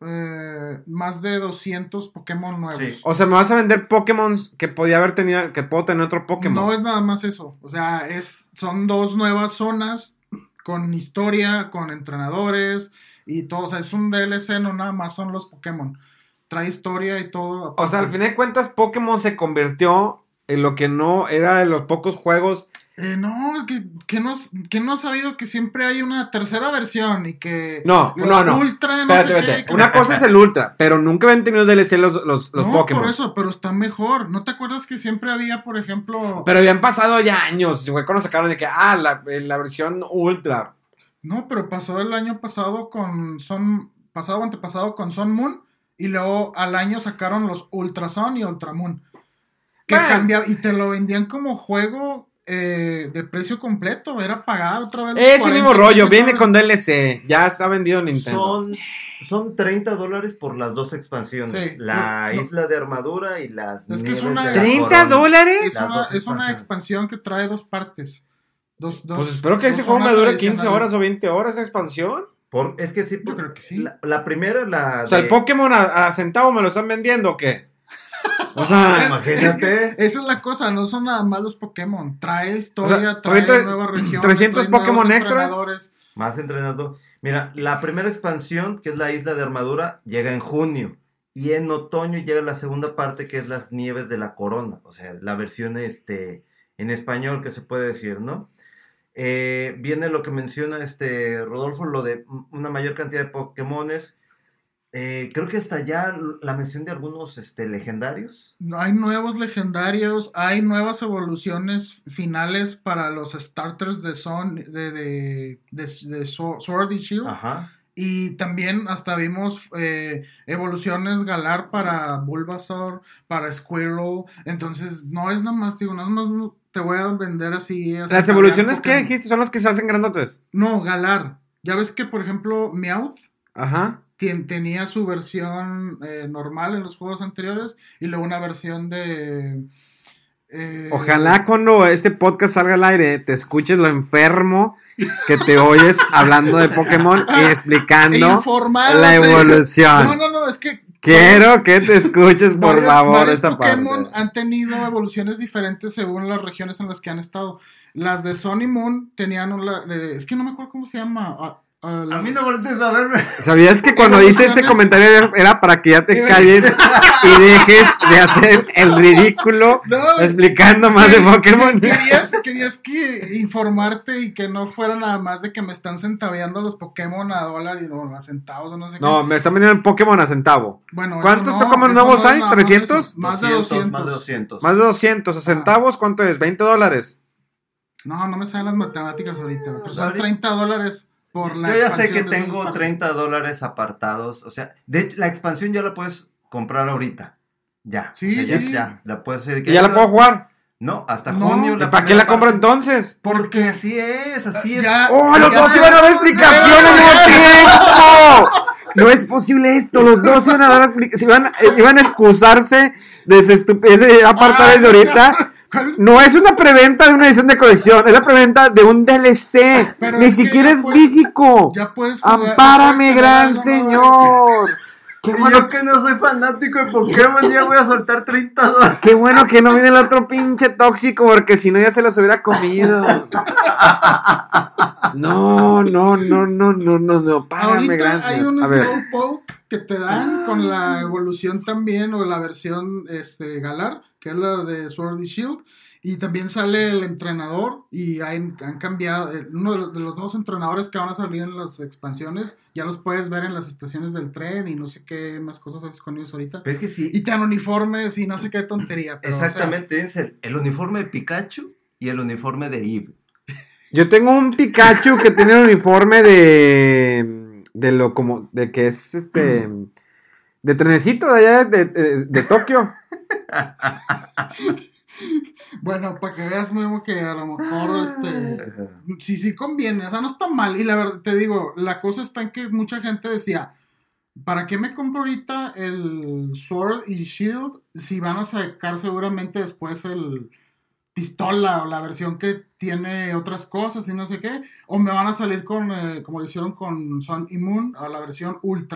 Speaker 5: más de 200 Pokémon nuevos.
Speaker 3: Sí.
Speaker 4: O sea, me vas a vender Pokémon que podía haber tenido, que puedo tener otro Pokémon.
Speaker 5: No es nada más eso. O sea, son 2 nuevas zonas con historia, con entrenadores y todo. O sea, es un DLC, no nada más son los Pokémon. Trae historia y todo.
Speaker 4: O sea, al final de cuentas, Pokémon se convirtió en lo que no era de los pocos juegos.
Speaker 5: No, que no ha sabido que siempre hay una tercera versión y que
Speaker 4: No.
Speaker 5: Ultra, no
Speaker 4: Espérate,
Speaker 5: sé qué.
Speaker 4: Una cosa es el Ultra, pero nunca habían tenido DLC los
Speaker 5: No,
Speaker 4: Pokémon.
Speaker 5: por eso, pero está mejor. ¿No te acuerdas que siempre había, por ejemplo...
Speaker 4: Pero habían pasado ya años, fue cuando sacaron de que, la versión Ultra.
Speaker 5: No, pero pasó el año pasado pasado o antepasado con Sun Moon, y luego al año sacaron los Ultra Sun y Ultra Moon. Que cambiaba, y te lo vendían como juego de precio completo, era pagar otra vez.
Speaker 4: Ese mismo rollo, viene con DLC, ya se ha vendido Nintendo.
Speaker 3: Son $30 por las 2 expansiones.
Speaker 5: Sí.
Speaker 3: La isla de armadura y las
Speaker 5: Es que
Speaker 3: nieves
Speaker 5: es una-
Speaker 3: de la
Speaker 4: ¿$30?
Speaker 3: corona.
Speaker 5: Es
Speaker 3: Las
Speaker 5: una,
Speaker 3: dos
Speaker 5: es una
Speaker 3: expansiones.
Speaker 5: expansión que trae 2 partes.
Speaker 4: Pues espero que ese
Speaker 5: dos
Speaker 4: juego me
Speaker 5: zonas
Speaker 4: dure 15
Speaker 5: adicionales.
Speaker 4: horas o 20 horas esa expansión.
Speaker 3: Es que sí,
Speaker 5: Yo creo que sí.
Speaker 3: La primera,
Speaker 4: O sea, el Pokémon a centavo me lo están vendiendo, ¿o qué? O sea,
Speaker 3: Imagínate.
Speaker 5: Esa es la cosa, no son nada más los Pokémon. Trae historia,
Speaker 4: O sea,
Speaker 5: trae
Speaker 4: ahorita
Speaker 5: nuevas regiones.
Speaker 4: 300
Speaker 5: trae nuevos
Speaker 4: Pokémon extras.
Speaker 5: entrenadores.
Speaker 3: Más entrenador. Mira, la primera expansión, que es la isla de armadura, llega en junio. Y en otoño llega la segunda parte, que es las nieves de la corona. O sea, la versión en español, que se puede decir, ¿no? Viene lo que menciona Rodolfo, lo de una mayor cantidad de Pokémones. Creo que hasta ya la mención de algunos legendarios.
Speaker 5: Hay nuevos legendarios, hay nuevas evoluciones finales para los starters de Sword y Shield.
Speaker 3: Ajá.
Speaker 5: Y también hasta vimos evoluciones Galar para Bulbasaur, para Squirtle. Entonces, no es nada más, digo, nada más te voy a vender así.
Speaker 4: ¿las evoluciones qué dijiste? ¿Son los que se hacen grandotes?
Speaker 5: No, Galar. Ya ves que, por ejemplo, Meowth
Speaker 4: Ajá.
Speaker 5: tenía su versión normal en los juegos anteriores y luego una versión de...
Speaker 4: Ojalá cuando este podcast salga al aire te escuches lo enfermo que te oyes hablando de Pokémon y explicando
Speaker 5: informado,
Speaker 4: la evolución.
Speaker 5: No, es que...
Speaker 4: Quiero que te escuches, por favor,
Speaker 5: varios
Speaker 4: esta
Speaker 5: Pokémon
Speaker 4: parte.
Speaker 5: han tenido evoluciones diferentes según las regiones en las que han estado. Las de Sun y Moon tenían es que no me acuerdo cómo se llama.
Speaker 3: A mí no voltees a verme.
Speaker 4: ¿Sabías que cuando hice este comentario era para que ya te calles y dejes de hacer el ridículo
Speaker 5: No,
Speaker 4: explicando más de Pokémon?
Speaker 5: Querías que informarte y que no fuera nada más de que me están centaveando los Pokémon a $1 y no a centavos o no sé qué.
Speaker 4: No, me están vendiendo el Pokémon a centavo.
Speaker 5: Bueno,
Speaker 4: ¿cuántos
Speaker 5: eso no,
Speaker 4: Pokémon
Speaker 5: eso
Speaker 4: nuevos
Speaker 5: no es
Speaker 4: hay?
Speaker 5: nada más
Speaker 4: ¿300?
Speaker 5: eso. Más de 200.
Speaker 3: Más de 200.
Speaker 4: Más de 200. ¿A centavos cuánto es? ¿$20?
Speaker 5: No me salen las matemáticas ahorita, pero son
Speaker 3: Ahorita-
Speaker 5: $30 por la
Speaker 3: Yo ya sé
Speaker 5: expansión
Speaker 3: que
Speaker 5: de esos
Speaker 3: tengo
Speaker 5: parques.
Speaker 3: $30 apartados. O sea, de hecho, la expansión ya la puedes comprar ahorita. Ya.
Speaker 5: Sí,
Speaker 3: O sea,
Speaker 5: sí.
Speaker 3: Ya la puedes hacer.
Speaker 4: ¿Y ya la puedo jugar?
Speaker 3: No, hasta
Speaker 5: No.
Speaker 3: junio.
Speaker 4: ¿Y para qué la compro entonces?
Speaker 3: Porque así es, así es.
Speaker 5: Ya-
Speaker 4: ¡Oh, los
Speaker 5: ya
Speaker 4: dos
Speaker 5: sé.
Speaker 4: iban a dar explicación al mismo tiempo! No es posible esto, los dos iban a dar explicación, iban a excusarse de su estupidez de apartar desde ahorita.
Speaker 5: ¿Cuál es?
Speaker 4: No es una preventa de una edición de colección, es la preventa de un DLC.
Speaker 5: Pero
Speaker 4: Ni
Speaker 5: es que
Speaker 4: siquiera
Speaker 5: ya
Speaker 4: es
Speaker 5: puedes-
Speaker 4: físico.
Speaker 5: Ya puedes jugar-
Speaker 4: Ampárame,
Speaker 5: ya puedes
Speaker 4: gran
Speaker 5: tener algo,
Speaker 4: señor. Qué
Speaker 3: Y
Speaker 4: bueno,
Speaker 3: yo que no soy fanático de Pokémon, ya voy a soltar $30.
Speaker 4: qué bueno que no viene el otro pinche tóxico, porque si no ya se los hubiera comido. No, págame,
Speaker 5: Ahorita
Speaker 4: gran
Speaker 5: hay
Speaker 4: señor.
Speaker 5: un
Speaker 4: A ver.
Speaker 5: Slowpoke que te dan con la evolución también, o la versión Galar, que es la de Sword y Shield. Y también sale el entrenador y han cambiado. Uno de los nuevos entrenadores que van a salir en las expansiones, ya los puedes ver en las estaciones del tren y no sé qué más cosas haces con ellos ahorita.
Speaker 3: Pero es que sí.
Speaker 5: Y te dan uniformes y no sé qué tontería. Pero,
Speaker 3: Exactamente, es el uniforme de Pikachu y el uniforme de Eve.
Speaker 4: Yo tengo un Pikachu que tiene el uniforme de que es de trenecito de allá de Tokio.
Speaker 5: bueno, para que veas, Memo, que a lo mejor sí conviene, o sea, no está mal. Y la verdad, te digo, la cosa está en que mucha gente decía, ¿para qué me compro ahorita el Sword y Shield si van a sacar seguramente después el pistola o la versión que tiene otras cosas y no sé qué? O me van a salir con, como lo hicieron con Sun y Moon, a la versión Ultra.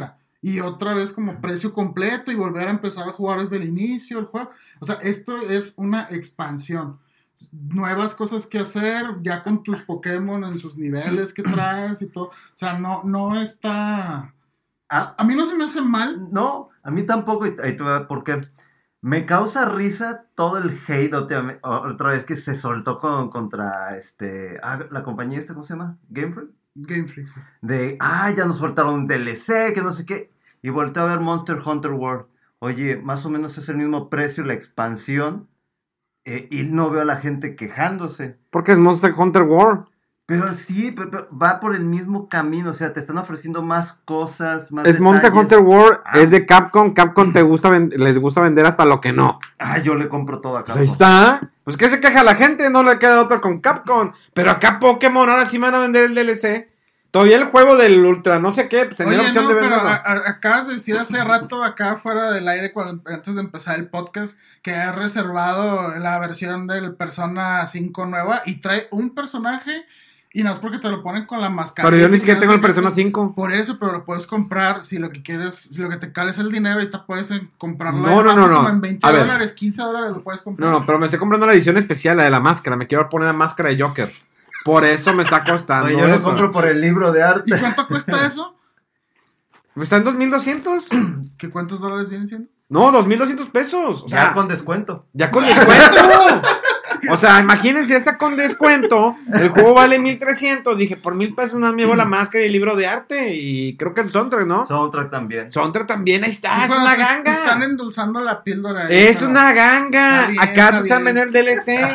Speaker 5: y otra vez como precio completo y volver a empezar a jugar desde el inicio el juego. O sea, esto es una expansión. Nuevas cosas que hacer, ya con tus Pokémon en sus niveles que traes y todo. O sea, no está... A mí no se me hace mal.
Speaker 3: No, a mí tampoco, y ahí te voy a ver por qué. Me causa risa todo el hate otra vez que se soltó contra la compañía ¿cómo se llama? Game Freak.
Speaker 5: Game Freak.
Speaker 3: De, ya nos soltaron un DLC, que no sé qué. Y volteé a ver Monster Hunter World. Oye, más o menos es el mismo precio la expansión. Y no veo a la gente quejándose.
Speaker 4: Porque es Monster Hunter World.
Speaker 3: Pero sí, pero va por el mismo camino. O sea, te están ofreciendo más cosas, más
Speaker 4: Es Monster Hunter World, es de Capcom. Capcom les gusta vender hasta lo que no.
Speaker 3: Yo le compro todo a Capcom.
Speaker 4: Pues ahí está. Pues ¿qué se queja la gente? No le queda otra con Capcom. Pero acá Pokémon, ahora sí van a vender el DLC. Todavía el juego del Ultra, no sé qué, pues tenía la opción de venderlo.
Speaker 5: Pero acabas de decir hace rato, acá fuera del aire, antes de empezar el podcast, que has reservado la versión del Persona 5 nueva y trae un personaje y no es porque te lo ponen con la máscara.
Speaker 4: Pero yo ni siquiera tengo el Persona 5.
Speaker 5: Por eso, pero lo puedes comprar si lo que quieres, si lo que te cales el dinero, ahorita puedes comprarlo
Speaker 4: no.
Speaker 5: como en $20, $15 lo puedes comprar.
Speaker 4: No, pero me estoy comprando la edición especial, la de la máscara. Me quiero poner la máscara de Joker. Por eso me está costando.
Speaker 3: Oye, yo lo compro por el libro de arte.
Speaker 5: ¿Y cuánto cuesta eso?
Speaker 4: Está en 2,200.
Speaker 5: ¿Qué cuántos dólares vienen siendo?
Speaker 4: No, 2,200 pesos. O sea,
Speaker 3: ya con descuento.
Speaker 4: Ya con descuento. O sea, imagínense, está con descuento. El juego vale 1,300. Dije, por 1,000 más me llevo la máscara y el libro de arte. Y creo que el soundtrack, ¿no?
Speaker 3: Soundtrack también.
Speaker 4: Soundtrack también, ahí está. Es
Speaker 5: Bueno,
Speaker 4: una
Speaker 5: te
Speaker 4: ganga.
Speaker 5: están endulzando la píldora.
Speaker 4: Es una ganga.
Speaker 5: Está bien,
Speaker 4: Acá
Speaker 5: está
Speaker 4: te están
Speaker 5: bien.
Speaker 4: vendiendo el DLC.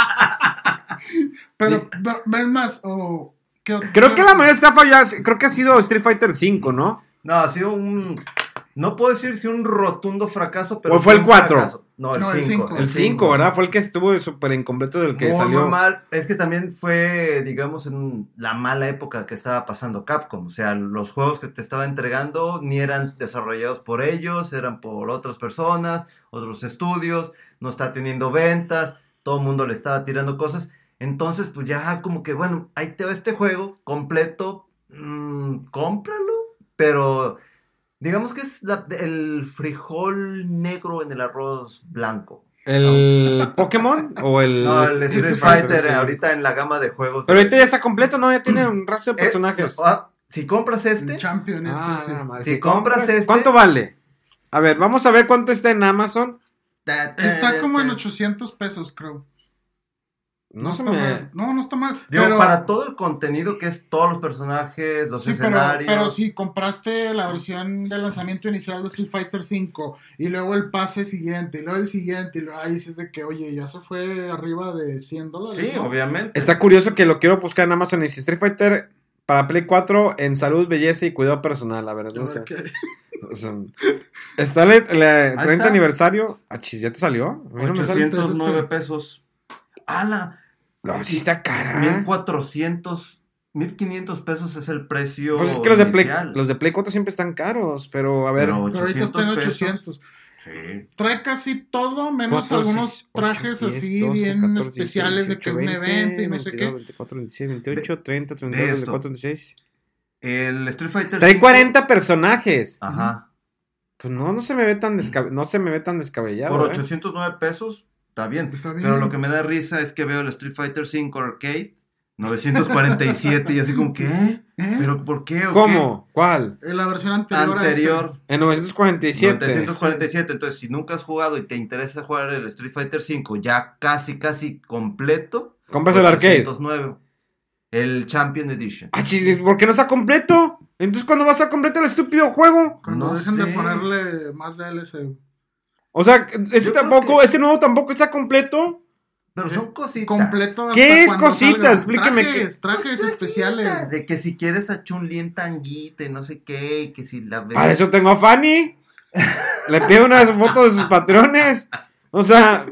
Speaker 5: Pero ven más.
Speaker 4: Creo que la mayor estafa ya. Creo que ha sido Street Fighter 5, ¿no?
Speaker 3: No, ha sido no puedo decir si un rotundo fracaso, pero...
Speaker 4: ¿O fue el 4?
Speaker 3: No,
Speaker 5: No,
Speaker 3: el
Speaker 5: el
Speaker 3: 5.
Speaker 5: cinco.
Speaker 4: El 5, ¿verdad? Fue el que estuvo súper incompleto del que
Speaker 3: Muy,
Speaker 4: salió.
Speaker 3: muy mal. Es que también fue, digamos, en la mala época que estaba pasando Capcom. O sea, los juegos que te estaba entregando ni eran desarrollados por ellos, eran por otras personas, otros estudios, no está teniendo ventas, todo el mundo le estaba tirando cosas. Entonces, pues ya como que, bueno, ahí te va este juego completo, cómpralo, pero... Digamos que es el frijol negro en el arroz blanco.
Speaker 4: ¿El Pokémon o el...?
Speaker 3: No, el Street Fighter,
Speaker 4: sí.
Speaker 3: ahorita en la gama de juegos.
Speaker 4: Pero ahorita ya está completo, ¿no? Ya tiene un rastro de personajes.
Speaker 3: Si compras
Speaker 5: El Champion sí.
Speaker 4: Madre,
Speaker 3: Si compras este...
Speaker 4: ¿Cuánto vale? A ver, vamos a ver cuánto está en Amazon.
Speaker 5: Está como en $800, creo.
Speaker 4: No se
Speaker 5: está
Speaker 4: me...
Speaker 5: mal. No está mal.
Speaker 3: Digo,
Speaker 5: pero,
Speaker 3: para todo el contenido que es todos los personajes, los
Speaker 5: sí,
Speaker 3: escenarios.
Speaker 5: pero si compraste la versión de lanzamiento inicial de Street Fighter 5 y luego el pase siguiente y luego el siguiente y luego ahí dices de que, oye, ya se fue arriba de $100.
Speaker 3: Sí,
Speaker 5: ¿no?
Speaker 3: obviamente.
Speaker 4: Está curioso que lo quiero buscar en Amazon. Y dice Street Fighter para Play 4 en salud, belleza y cuidado personal. A ver, no sé. O sea, está el 30
Speaker 3: está.
Speaker 4: aniversario. ¿Ya te salió? A mí no me sale.
Speaker 3: 809 pesos. ¡Hala!
Speaker 4: No, sí está cara.
Speaker 3: 1,400, 1,500 pesos es el precio.
Speaker 4: Pues es que los de Play 4 siempre están caros. Pero a ver.
Speaker 3: Pero
Speaker 5: Pero ahorita está en 800.
Speaker 3: Sí.
Speaker 5: Trae casi todo, menos
Speaker 4: 4,
Speaker 5: algunos
Speaker 4: 6, 8,
Speaker 5: trajes
Speaker 4: 10,
Speaker 5: así
Speaker 4: 12,
Speaker 5: bien
Speaker 4: 14,
Speaker 5: especiales
Speaker 4: 16,
Speaker 5: de que
Speaker 4: 18,
Speaker 5: un evento y no sé
Speaker 4: 22,
Speaker 5: qué.
Speaker 4: 24, 26, 28, 30, 32,
Speaker 3: de
Speaker 4: 34, 36.
Speaker 3: El Street Fighter
Speaker 4: Trae
Speaker 3: 5,
Speaker 4: 40 personajes.
Speaker 3: Ajá.
Speaker 4: Pues no se me ve tan descabellado.
Speaker 3: Por 809 pesos, está bien.
Speaker 5: Está bien.
Speaker 3: Pero lo que me da risa es que veo el Street Fighter 5 Arcade, 947, y así como, ¿qué? ¿Pero por qué? ¿O
Speaker 4: ¿Cómo? ¿Cuál?
Speaker 5: La versión anterior.
Speaker 3: Anterior.
Speaker 4: En 947.
Speaker 3: 947, entonces si nunca has jugado y te interesa jugar el Street Fighter 5 ya casi completo,
Speaker 4: Compras el arcade.
Speaker 3: 809. El Champion Edition.
Speaker 4: Ah, chis, ¿por qué no está completo? Entonces, ¿cuándo va a estar completo el estúpido juego?
Speaker 5: Cuando
Speaker 3: No
Speaker 5: dejen
Speaker 3: sé.
Speaker 5: de ponerle más DLC.
Speaker 4: O sea,
Speaker 3: Yo creo que-
Speaker 4: este nuevo tampoco está completo.
Speaker 3: Pero son cositas.
Speaker 5: Completo hasta
Speaker 4: ¿Qué es
Speaker 5: cuando
Speaker 4: cositas?
Speaker 5: salga.
Speaker 4: Explíqueme
Speaker 5: Trajes
Speaker 3: Cositas,
Speaker 5: especiales.
Speaker 3: De que si quieres a Chun-Li en tanguita y no sé qué, y que si la ves.
Speaker 4: Para eso tengo a Fanny. Le pido una foto de sus patrones. O sea,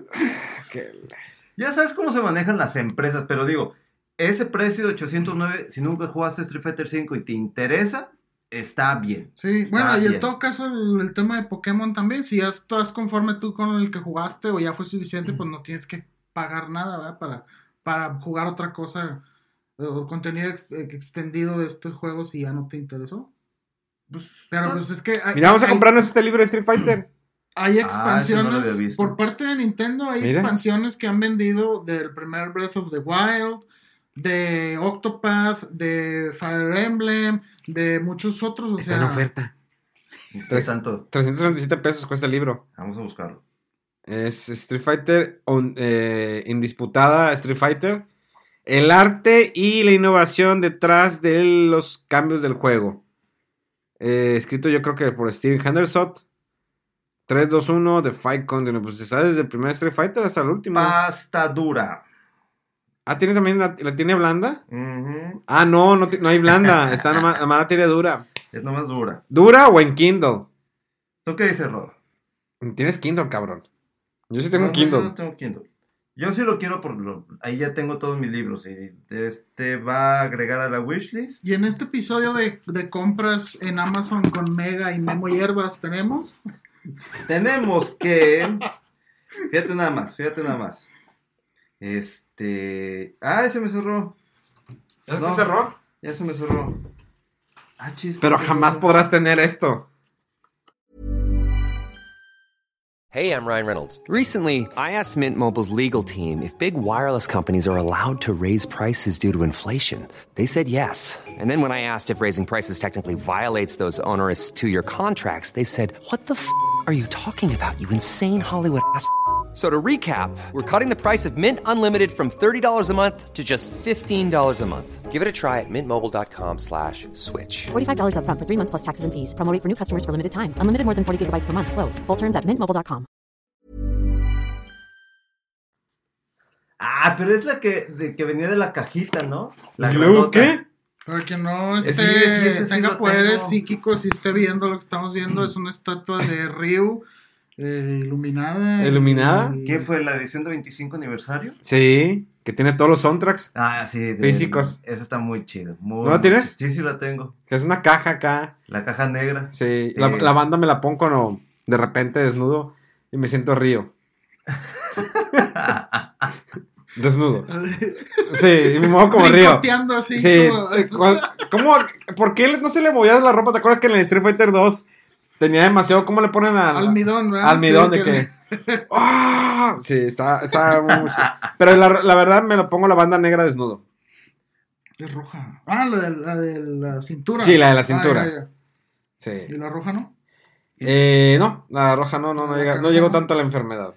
Speaker 3: Ya sabes cómo se manejan las empresas, pero digo, ese precio de 809, si nunca jugaste Street Fighter 5 y te interesa, está bien.
Speaker 5: Sí,
Speaker 3: Está
Speaker 5: bueno, y en
Speaker 3: bien.
Speaker 5: todo caso el tema de Pokémon también, si ya estás conforme tú con el que jugaste o ya fue suficiente, pues no tienes que pagar nada, ¿verdad? Para jugar otra cosa, o contenido extendido de este juego si ya no te interesó.
Speaker 3: Pues,
Speaker 5: Pero pues es que...
Speaker 4: Mira, vamos a comprarnos este libro de Street Fighter.
Speaker 5: Hay
Speaker 3: ese no lo
Speaker 5: expansiones,
Speaker 3: había visto.
Speaker 5: por parte de Nintendo, hay
Speaker 4: Mira.
Speaker 5: expansiones que han vendido del primer Breath of the Wild, de Octopath, de Fire Emblem, de muchos otros,
Speaker 4: Está en oferta.
Speaker 3: ¿Qué tanto?
Speaker 4: 327 pesos cuesta el libro.
Speaker 3: Vamos a buscarlo.
Speaker 4: Es Street Fighter, indisputada Street Fighter. El arte y la innovación detrás de los cambios del juego. Escrito yo creo que por Steve Henderson. 3-2-1, The Fight Continue. Pues está desde el primer Street Fighter hasta el último.
Speaker 3: Pasta dura.
Speaker 4: ¿Tiene también la tiene blanda?
Speaker 3: Ujú.
Speaker 4: No hay blanda. Está nomás la tiene dura.
Speaker 3: Es nomás dura.
Speaker 4: ¿Dura o en Kindle?
Speaker 3: ¿Tú qué dices, Rod?
Speaker 4: Tienes Kindle, cabrón. Yo sí tengo un
Speaker 3: No,
Speaker 4: Kindle.
Speaker 3: yo no tengo Kindle. Yo sí lo quiero porque ahí ya tengo todos mis libros y va a agregar a la wishlist.
Speaker 5: Y en este episodio de compras en Amazon con Mega y Memo Hierbas tenemos...
Speaker 3: Tenemos que... Fíjate nada más. Ese me cerró.
Speaker 4: ¿Ya
Speaker 3: No.
Speaker 4: te cerró?
Speaker 3: Ya se me cerró. Chis.
Speaker 4: Pero jamás podrás tener esto.
Speaker 6: Hey, I'm Ryan Reynolds. Recently, I asked Mint Mobile's legal team if big wireless companies are allowed to raise prices due to inflation. They said yes. And then when I asked if raising prices technically violates those onerous two-year contracts, they said, "What the f*** are you talking about, you insane Hollywood ass?" So to recap, we're cutting the price of Mint Unlimited from $30 a month to just $15 a month. Give it a try at mintmobile.com/switch.
Speaker 7: $45 up front for 3 months plus taxes and fees. Promo rate for new customers for limited time. Unlimited more than 40 gigabytes per month. Slows full terms at mintmobile.com.
Speaker 3: Pero es la que venía de la cajita, ¿no? La
Speaker 4: ¿Y luego
Speaker 3: grandota.
Speaker 4: qué?
Speaker 5: Para que no
Speaker 3: Sí, ese sí
Speaker 5: tenga
Speaker 3: lo
Speaker 5: poderes
Speaker 3: tengo.
Speaker 5: psíquicos y esté viendo lo que estamos viendo, es una estatua de Ryu iluminada.
Speaker 4: ¿Iluminada?
Speaker 5: Y-
Speaker 3: ¿Qué fue la edición de 25 aniversario?
Speaker 4: Sí, que tiene todos los soundtracks.
Speaker 3: Sí.
Speaker 4: Físicos.
Speaker 3: Esa está muy chido.
Speaker 4: ¿No la tienes?
Speaker 3: Sí, la tengo.
Speaker 4: Que es una caja acá.
Speaker 3: La caja negra.
Speaker 4: Sí,
Speaker 3: Sí.
Speaker 4: La banda me la pongo cuando de repente desnudo y me siento río. Desnudo. Sí, y me muevo como río.
Speaker 5: Picoteando así.
Speaker 4: Sí,
Speaker 5: como-
Speaker 4: ¿cómo? ¿Por qué no se le movía la ropa? ¿Te acuerdas que en el Street Fighter 2 tenía demasiado? ¿Cómo le ponen
Speaker 5: almidón, ¿verdad?
Speaker 4: almidón de
Speaker 5: Sí,
Speaker 4: que... ¡Ah! Sí, está muy chido. Pero la verdad me lo pongo la banda negra desnudo.
Speaker 5: Es roja. La de la cintura.
Speaker 4: Sí, la de la cintura.
Speaker 5: Ya.
Speaker 4: Sí.
Speaker 5: ¿Y la roja no?
Speaker 4: No, la roja no
Speaker 5: La
Speaker 4: llega, no
Speaker 5: cabeza
Speaker 4: llegó
Speaker 5: no.
Speaker 4: tanto a la enfermedad.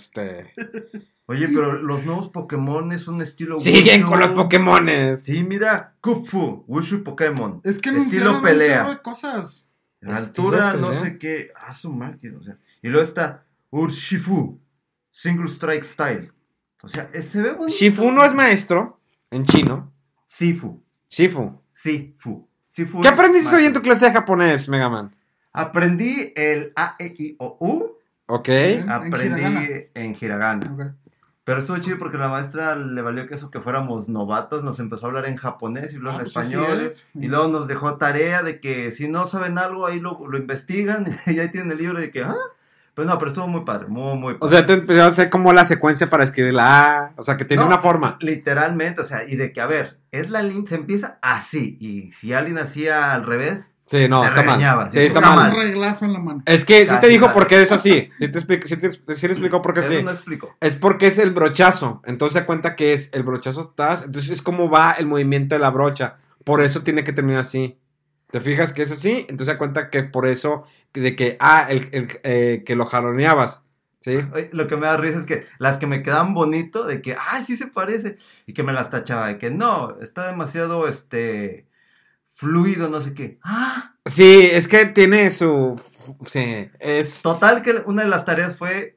Speaker 3: Oye, pero los nuevos Pokémon es un estilo
Speaker 4: Siguen
Speaker 3: Wushu.
Speaker 4: con los Pokémones.
Speaker 3: Sí, mira, Kung-Fu, Wushu Pokémon.
Speaker 5: Es que
Speaker 3: estilo
Speaker 5: anunciaron un chorro
Speaker 3: pelea.
Speaker 5: de cosas.
Speaker 3: La
Speaker 4: Estilo
Speaker 3: altura, no
Speaker 4: pelea.
Speaker 3: sé qué. Su máquina, o sea. Y luego está Urshifu, Single Strike Style. O sea, se ve bonito.
Speaker 4: Shifu no es maestro en chino.
Speaker 3: Sifu.
Speaker 4: Shifu.
Speaker 3: Sifu. Sifu
Speaker 4: ¿Qué
Speaker 3: es
Speaker 4: aprendiste hoy en tu
Speaker 3: maestro.
Speaker 4: clase de japonés, Mega Man?
Speaker 3: Aprendí el A, E, I, O, U.
Speaker 4: Ok.
Speaker 3: Aprendí
Speaker 5: hiragana.
Speaker 3: en hiragana.
Speaker 5: Ok.
Speaker 3: Pero estuvo chido porque la maestra le valió que eso que fuéramos novatos, nos empezó a hablar en japonés y luego en
Speaker 5: Pues así
Speaker 3: español.
Speaker 5: es.
Speaker 3: Y luego nos dejó tarea de que si no saben algo, ahí lo investigan y ahí tienen el libro de que, Pero no, pero estuvo muy padre, muy padre.
Speaker 4: O sea, te empezó a hacer como la secuencia para escribir la A. O sea, que tiene
Speaker 3: No,
Speaker 4: una forma.
Speaker 3: Literalmente, o sea, y de que, a ver, es la línea, se empieza así, y si alguien hacía al revés,
Speaker 4: Sí, no,
Speaker 3: te
Speaker 4: está mal.
Speaker 3: regañaba.
Speaker 4: Sí, está
Speaker 3: Está
Speaker 4: mal.
Speaker 5: Un reglazo en la mano.
Speaker 4: Es que sí
Speaker 3: Casi,
Speaker 4: te dijo
Speaker 3: casi.
Speaker 4: por qué es así. Sí le explicó por qué
Speaker 3: eso
Speaker 4: sí.
Speaker 3: no explico.
Speaker 4: Es porque es el brochazo. Entonces se cuenta que es el brochazo tas. Entonces es como va el movimiento de la brocha. Por eso tiene que terminar así. ¿Te fijas que es así? Entonces se cuenta que por eso, de que, que lo jaloneabas. ¿Sí?
Speaker 3: Oye, lo que me da risa es que las que me quedan bonito, de que, sí se parece, y que me las tachaba, de que no, está demasiado, fluido, no sé qué.
Speaker 4: Sí, es que tiene su... Sí, es...
Speaker 3: Total que una de las tareas fue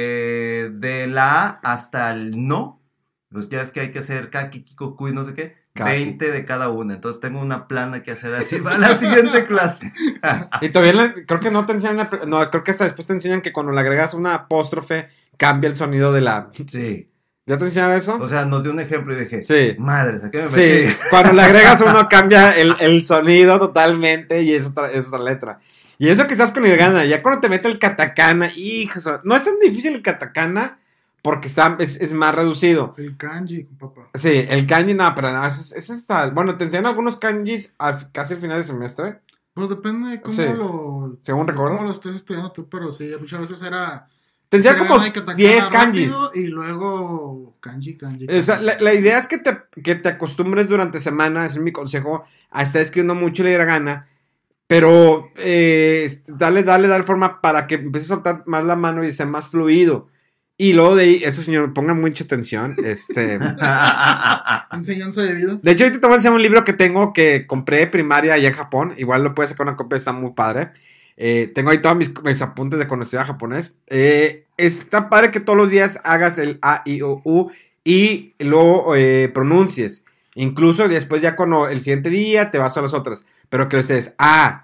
Speaker 3: de la A hasta el no. Pues ya es que hay que hacer kaki, kikoku y no sé qué.
Speaker 4: Kaki.
Speaker 3: 20 de cada una. Entonces tengo una plana que hacer así para la siguiente clase.
Speaker 4: Y todavía creo que no te enseñan... No, creo que hasta después te enseñan que cuando le agregas una apóstrofe cambia el sonido de la...
Speaker 3: Sí.
Speaker 4: ¿Ya te enseñaron eso?
Speaker 3: O sea, nos dio un ejemplo y dije,
Speaker 4: Sí.
Speaker 3: madres, ¿a qué me
Speaker 4: Sí,
Speaker 3: metí?
Speaker 4: cuando le agregas uno cambia el sonido totalmente y es otra letra. Y eso que estás con hiragana, ya cuando te mete el katakana, hijo, no es tan difícil el katakana porque es más reducido.
Speaker 5: El kanji, papá.
Speaker 4: Sí, el kanji, no, pero no, eso está... Bueno, te enseñan algunos kanjis casi al final de semestre.
Speaker 5: Pues depende de cómo
Speaker 4: Sí. Según recuerdo.
Speaker 5: cómo lo estés estudiando tú, pero sí, muchas veces era...
Speaker 4: Te decía como
Speaker 5: hay que atacarla
Speaker 4: 10 kanjis.
Speaker 5: rápido y luego kanji.
Speaker 4: O sea, la idea es que te acostumbres durante semana, ese es mi consejo, a estar escribiendo mucho y leer a gana, pero dale forma para que empieces a soltar más la mano y sea más fluido. Y luego de ahí, eso señor, pongan mucha atención,
Speaker 5: Enseñanza de vida.
Speaker 4: De hecho, ahorita te voy a enseñar un libro que tengo que compré de primaria allá en Japón. Igual lo puedes sacar una copia, está muy padre. Tengo ahí todos mis apuntes de cuando estudiaba japonés. Está padre que todos los días hagas el A, I, O, U y lo pronuncies. Incluso después ya cuando el siguiente día te vas a las otras. Pero que lo estés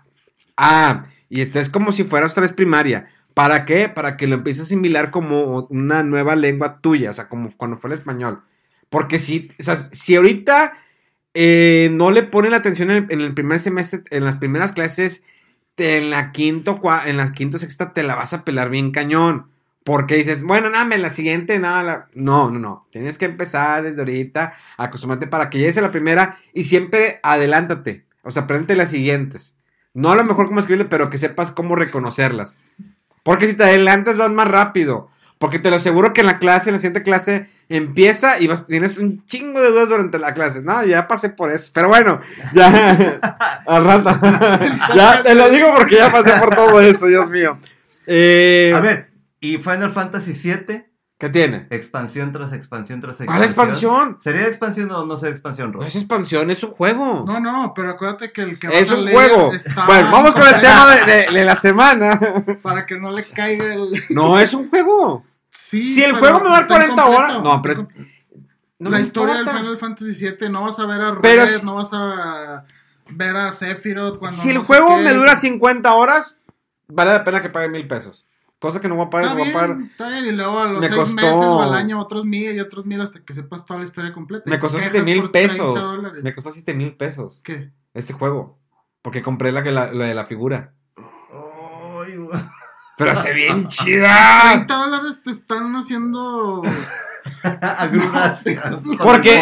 Speaker 4: y estés como si fueras otra vez primaria. ¿Para qué? Para que lo empieces a asimilar como una nueva lengua tuya. O sea, como cuando fue el español. Porque si ahorita no le ponen la atención en el primer semestre, en las primeras clases, en la quinto, sexta, te la vas a pelar bien cañón. Porque dices, bueno, nada, en la siguiente, nada. No. Tienes que empezar desde ahorita, acostumbrarte para que llegues a la primera y siempre adelántate. O sea, aprende las siguientes. No a lo mejor cómo escribirle, pero que sepas cómo reconocerlas. Porque si te adelantas vas más rápido. Porque te lo aseguro que en la siguiente clase empieza y tienes un chingo de dudas durante la clase. No, ya pasé por eso. Pero bueno, ya al rato. Ya te lo digo porque ya pasé por todo eso, Dios mío.
Speaker 3: A ver, ¿y Final Fantasy VII?
Speaker 4: ¿Qué tiene?
Speaker 3: Expansión tras expansión tras expansión.
Speaker 4: ¿Cuál expansión?
Speaker 3: ¿Sería expansión o no sería expansión, Rob?
Speaker 4: No es expansión, es un juego.
Speaker 5: No, pero acuérdate que el que
Speaker 4: es
Speaker 5: vas a
Speaker 4: un
Speaker 5: leer
Speaker 4: juego.
Speaker 5: está
Speaker 4: Bueno, vamos con el tema de la semana.
Speaker 5: para que no le caiga el...
Speaker 4: No, es un juego.
Speaker 5: Sí,
Speaker 4: Si el
Speaker 5: pero
Speaker 4: juego me va a dar
Speaker 5: está
Speaker 4: 40
Speaker 5: incompleto,
Speaker 4: horas. No,
Speaker 5: está
Speaker 4: pero es.
Speaker 5: incompleto.
Speaker 4: No
Speaker 5: la
Speaker 4: me
Speaker 5: historia
Speaker 4: importa.
Speaker 5: del Final Fantasy VII, no vas a ver a
Speaker 4: Pero
Speaker 5: Red, no vas a ver a Sephiroth cuando
Speaker 4: Si el
Speaker 5: no sé
Speaker 4: juego
Speaker 5: qué.
Speaker 4: me dura 50 horas, vale la pena que pague $1,000. Cosa que no voy a pagar,
Speaker 5: Está bien, y luego a los
Speaker 4: Me
Speaker 5: 6
Speaker 4: costó-
Speaker 5: meses o al año otros 1,000 y otros 1,000 hasta que sepas toda la historia completa.
Speaker 4: Me costó
Speaker 5: Y te quejas
Speaker 4: $7,000
Speaker 5: por $30.
Speaker 4: pesos. Me costó $7,000
Speaker 5: ¿Qué?
Speaker 4: este juego. Porque compré la de la figura.
Speaker 3: Ay, güey.
Speaker 4: Pero se ve bien chida.
Speaker 5: $30 te están haciendo...
Speaker 3: Agruras.
Speaker 4: Porque,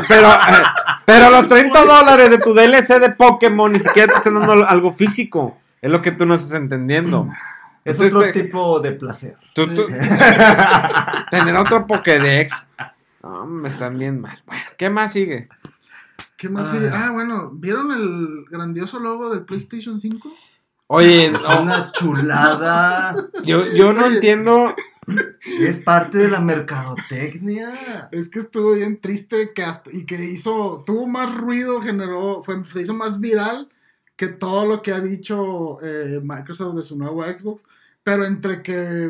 Speaker 4: pero los $30 de tu DLC de Pokémon ni siquiera te están dando algo físico. Es lo que tú no estás entendiendo.
Speaker 3: Es
Speaker 4: Entonces,
Speaker 3: otro tipo de placer.
Speaker 4: Tener otro Pokédex. No, me están bien mal. Bueno, ¿qué más sigue?
Speaker 5: ¿Qué más sigue? Bueno, ¿vieron el grandioso logo del PlayStation 5?
Speaker 4: Oye,
Speaker 3: Es una chulada.
Speaker 4: yo no entiendo.
Speaker 3: Es parte de la mercadotecnia.
Speaker 5: Es que estuvo bien triste que tuvo más ruido, se hizo más viral que todo lo que ha dicho Microsoft de su nuevo Xbox, pero entre que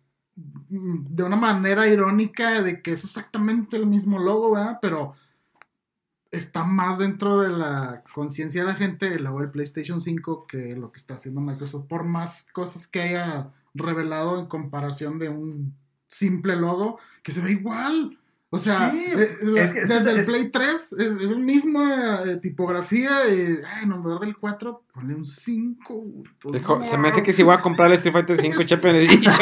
Speaker 5: de una manera irónica de que es exactamente el mismo logo, ¿verdad? Pero está más dentro de la conciencia de la gente el logo del PlayStation 5 que lo que está haciendo Microsoft, por más cosas que haya revelado en comparación de un simple logo que se ve igual. O sea,
Speaker 3: Sí,
Speaker 5: desde el Play 3 es el mismo tipografía. En lugar del 4, ponle un 5.
Speaker 4: Se me hace que si voy a comprar el Street Fighter 5 Champion Edition.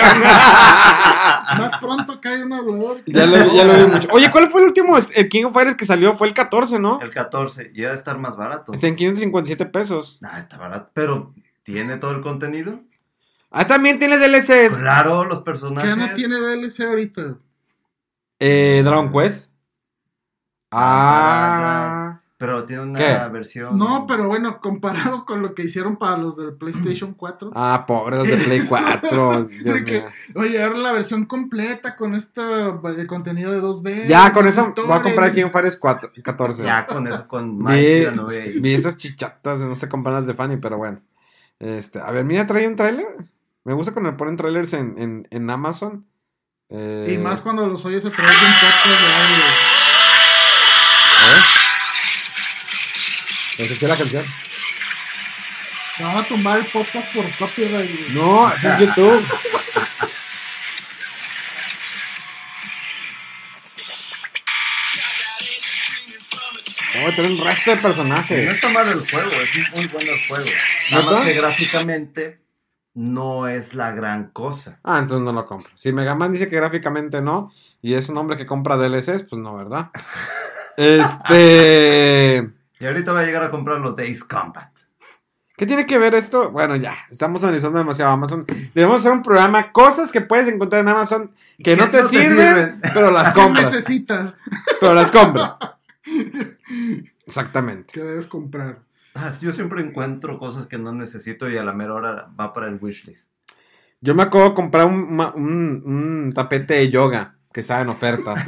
Speaker 5: Más pronto cae un hablador.
Speaker 4: Ya lo vi mucho. Oye, ¿cuál fue el último? El King of Fighters que salió fue el 14, ¿no?
Speaker 3: El 14. Y debe estar más barato.
Speaker 4: Está en $557.
Speaker 3: Está barato. Pero, ¿tiene todo el contenido?
Speaker 4: También tiene DLCs.
Speaker 3: Claro, los personajes.
Speaker 5: ¿Qué no tiene DLC ahorita?
Speaker 4: Dragon Quest.
Speaker 3: Pero tiene una
Speaker 4: ¿Qué?
Speaker 3: versión.
Speaker 5: No, pero bueno, comparado con lo que hicieron para los del PlayStation 4.
Speaker 4: Pobre los de Play 4. Dios
Speaker 5: De que,
Speaker 4: mío.
Speaker 5: oye, ahora la versión completa con el contenido de 2D.
Speaker 4: Ya, con eso
Speaker 5: historias.
Speaker 4: voy a comprar King of Fighters 14.
Speaker 3: Ya con eso, con Mike y la novia ahí.
Speaker 4: Vi esas chichatas de no sé comprar las de Fanny, pero bueno. A ver, mira, trae un tráiler. Me gusta cuando me ponen trailers en Amazon.
Speaker 5: Y más cuando los oyes a través de un podcast de audio.
Speaker 4: ¿Escuché la canción?
Speaker 5: Se van a tumbar el podcast por copyright.
Speaker 4: No, eso es YouTube. Tiene un resto de
Speaker 3: No
Speaker 4: personajes.
Speaker 3: está mal el juego, es muy bueno el juego.
Speaker 4: ¿No
Speaker 3: Nada más
Speaker 4: está?
Speaker 3: que gráficamente no es la gran cosa.
Speaker 4: Entonces no lo compro. Si Mega Man dice que gráficamente no, y es un hombre que compra DLCs, pues no, ¿verdad?
Speaker 3: Y ahorita voy a llegar a comprar los de Ace Combat.
Speaker 4: ¿Qué tiene que ver esto? Bueno, ya, estamos analizando demasiado Amazon. Debemos hacer un programa, cosas que puedes encontrar en Amazon que no te sirven, pero las
Speaker 5: ¿Qué
Speaker 4: compras.
Speaker 5: necesitas?
Speaker 4: Pero las compras. Exactamente.
Speaker 5: Que debes comprar.
Speaker 3: Yo siempre encuentro cosas que no necesito y a la mera hora va para el wishlist.
Speaker 4: Yo me acabo de comprar un tapete de yoga que estaba en oferta.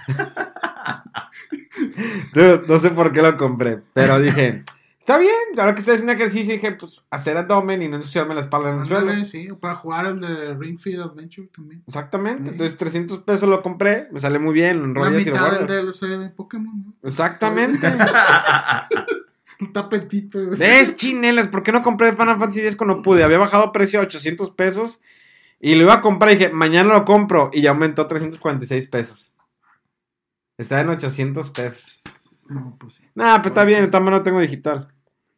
Speaker 4: No sé por qué lo compré, pero dije, está bien, ahora que estoy haciendo ejercicio, dije, pues, hacer abdomen y no ensuciarme la espalda en el suelo.
Speaker 5: Ándale, sí, o para jugar el de Ring Fit Adventure también.
Speaker 4: Exactamente,
Speaker 5: Sí.
Speaker 4: entonces 300 pesos lo compré, me sale muy bien, lo
Speaker 5: La
Speaker 4: enrollas y lo
Speaker 5: mitad del
Speaker 4: guardas.
Speaker 5: DLC de Pokémon, ¿no?
Speaker 4: Exactamente.
Speaker 5: Un tapetito. güey.
Speaker 4: ¿Ves, chinelas? ¿Por qué no compré el Final Fantasy X cuando pude? Había bajado precio a 800 pesos y lo iba a comprar y dije, mañana lo compro y ya aumentó a 346 pesos. Está en 800 pesos.
Speaker 5: No, pues sí.
Speaker 4: Nah, pero está bien, también lo tengo digital.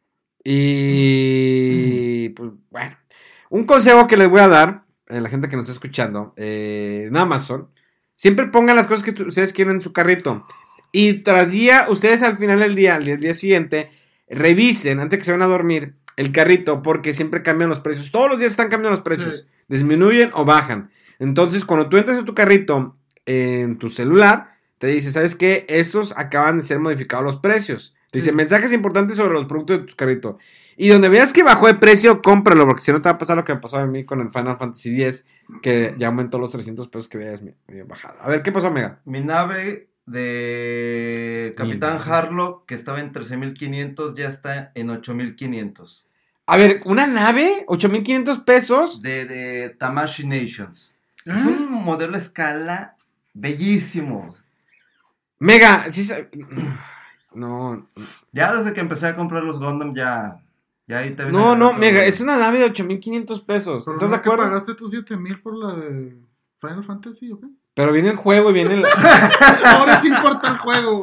Speaker 4: Y pues bueno, un consejo que les voy a dar a la gente que nos está escuchando en Amazon, siempre pongan las cosas que ustedes quieren en su carrito y tras día, ustedes al final del día, al día siguiente, revisen antes que se van a dormir el carrito porque siempre cambian los precios. Todos los días están cambiando los precios,
Speaker 5: Sí.
Speaker 4: disminuyen o bajan. Entonces, cuando tú entras en tu carrito en tu celular, te dice, ¿sabes qué? Estos acaban de ser modificados los precios. Te dice,
Speaker 5: Sí.
Speaker 4: mensajes importantes sobre los productos de tu carrito. Y donde veas que bajó de precio, cómpralo, porque si no te va a pasar lo que me pasó a mí con el Final Fantasy X, que ya aumentó los 300 pesos que habías bajado. A ver, ¿qué pasó, Mega?
Speaker 3: Mi nave de Capitán
Speaker 4: nave.
Speaker 3: Harlock, que estaba en 13,500, ya está en 8,500.
Speaker 4: A ver, ¿una nave? ¿8,500 pesos?
Speaker 3: De Tamashii Nations. Es
Speaker 5: ¿Ah?
Speaker 3: un modelo a escala bellísimo.
Speaker 4: Mega, sí. No,
Speaker 3: Ya desde que empecé a comprar los Gundam, ya ahí te
Speaker 4: no, Mega, es una nave de 8,500 pesos.
Speaker 5: ¿Pero
Speaker 4: ¿Estás
Speaker 5: no
Speaker 4: de
Speaker 5: que
Speaker 4: acuerdo?
Speaker 5: pagaste tus 7,000 por la de Final Fantasy o qué?
Speaker 4: Pero viene el juego y viene el...
Speaker 5: Ahora sí importa el juego.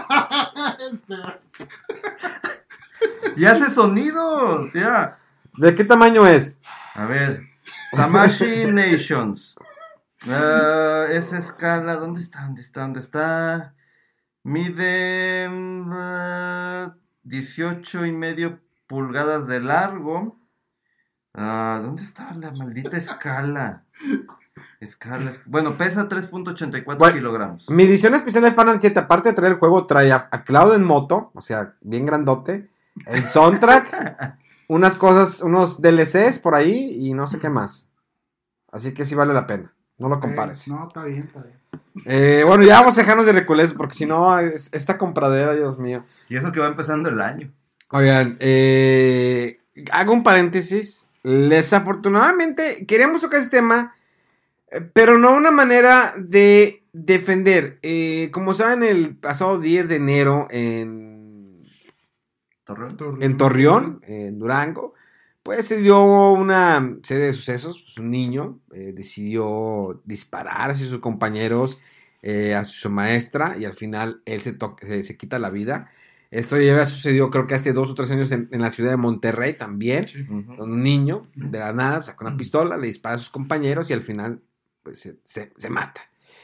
Speaker 3: Y hace sonido, ya.
Speaker 4: ¿De qué tamaño es?
Speaker 3: A ver, Tamashii Nations. Esa escala, ¿dónde está? Mide 18,5 pulgadas de largo. ¿Dónde está la maldita escala? Bueno, pesa 3,84
Speaker 4: Bueno,
Speaker 3: kilogramos.
Speaker 4: Mi edición especial de Final 7, aparte de traer el juego, trae a Cloud en moto, o sea, bien grandote, el soundtrack, unas cosas, unos DLCs por ahí y no sé qué más. Así que sí vale la pena, no lo compares.
Speaker 5: No, está bien, está bien.
Speaker 4: Bueno, ya vamos a dejarnos de recules porque si no, esta compradera, Dios mío.
Speaker 3: Y eso que va empezando el año.
Speaker 4: Oigan, hago un paréntesis. Desafortunadamente, queríamos tocar este tema, pero no una manera de defender. Como saben, el pasado 10 de enero en Torreón, en Durango, pues se dio una serie de sucesos. Pues un niño decidió disparar hacia sus compañeros, hacia su maestra, y al final él se quita la vida. Esto ya sucedió creo que hace 2 o 3 años en la ciudad de Monterrey también.
Speaker 5: Sí.
Speaker 4: Donde un niño de la nada saca una pistola, le dispara a sus compañeros y al final pues se mata.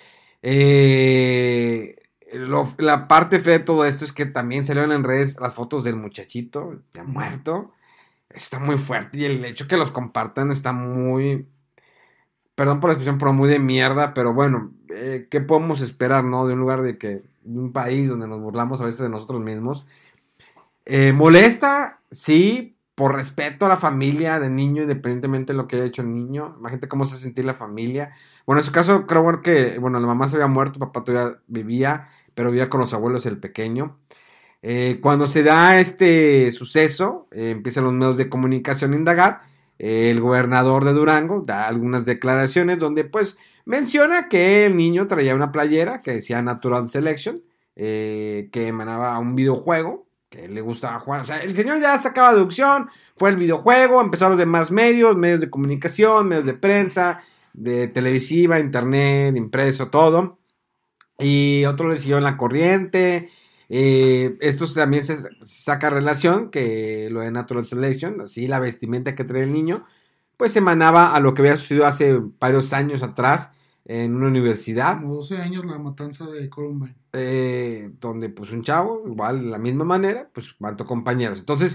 Speaker 4: La parte fea de todo esto es que también salieron en redes las fotos del muchachito ya muerto. Está muy fuerte y el hecho que los compartan está muy... Perdón por la expresión, pero muy de mierda. Pero bueno, ¿qué podemos esperar, no? De un lugar de un país donde nos burlamos a veces de nosotros mismos. Molesta, sí, por respeto a la familia del niño, independientemente de lo que haya hecho el niño. Imagínate cómo se sentir la familia. Bueno, en su caso, creo que la mamá se había muerto, papá todavía vivía, pero vivía con los abuelos el pequeño. Cuando se da este suceso, empiezan los medios de comunicación a indagar. El gobernador de Durango da algunas declaraciones donde pues menciona que el niño traía una playera que decía Natural Selection, que emanaba un videojuego que le gustaba jugar. O sea, el señor ya sacaba deducción, fue el videojuego, empezaron los demás medios de comunicación, medios de prensa, de televisiva, internet, impreso, todo. Y otro le siguió en la corriente. Esto también se saca relación que lo de Natural Selection, así la vestimenta que trae el niño, pues emanaba a lo que había sucedido hace varios años atrás en una universidad.
Speaker 5: Como 12 años la matanza de Columbine.
Speaker 4: Donde pues un chavo, igual de la misma manera, pues mató compañeros. Entonces,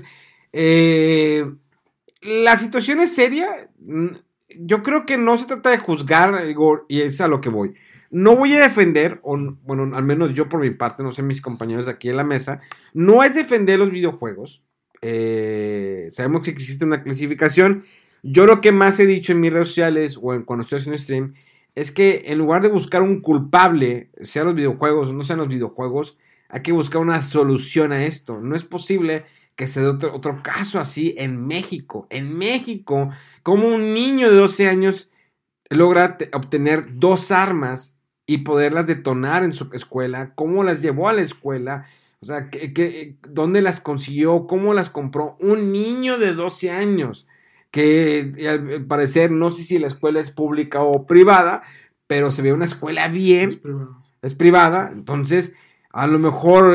Speaker 4: La situación es seria. Yo creo que no se trata de juzgar, y es a lo que voy. No voy a defender, bueno, al menos yo por mi parte, no sé mis compañeros de aquí en la mesa, no es defender los videojuegos. Sabemos que existe una clasificación. Yo lo que más he dicho en mis redes sociales o cuando estoy haciendo stream es que en lugar de buscar un culpable, sean los videojuegos o no sean los videojuegos, hay que buscar una solución a esto. No es posible que se dé otro caso así en México. En México, como un niño de 12 años logra obtener 2 armas y poderlas detonar en su escuela, cómo las llevó a la escuela, o sea, dónde las consiguió, cómo las compró un niño de 12 años, que al parecer no sé si la escuela es pública o privada, pero se ve una escuela bien, es privada, entonces a lo mejor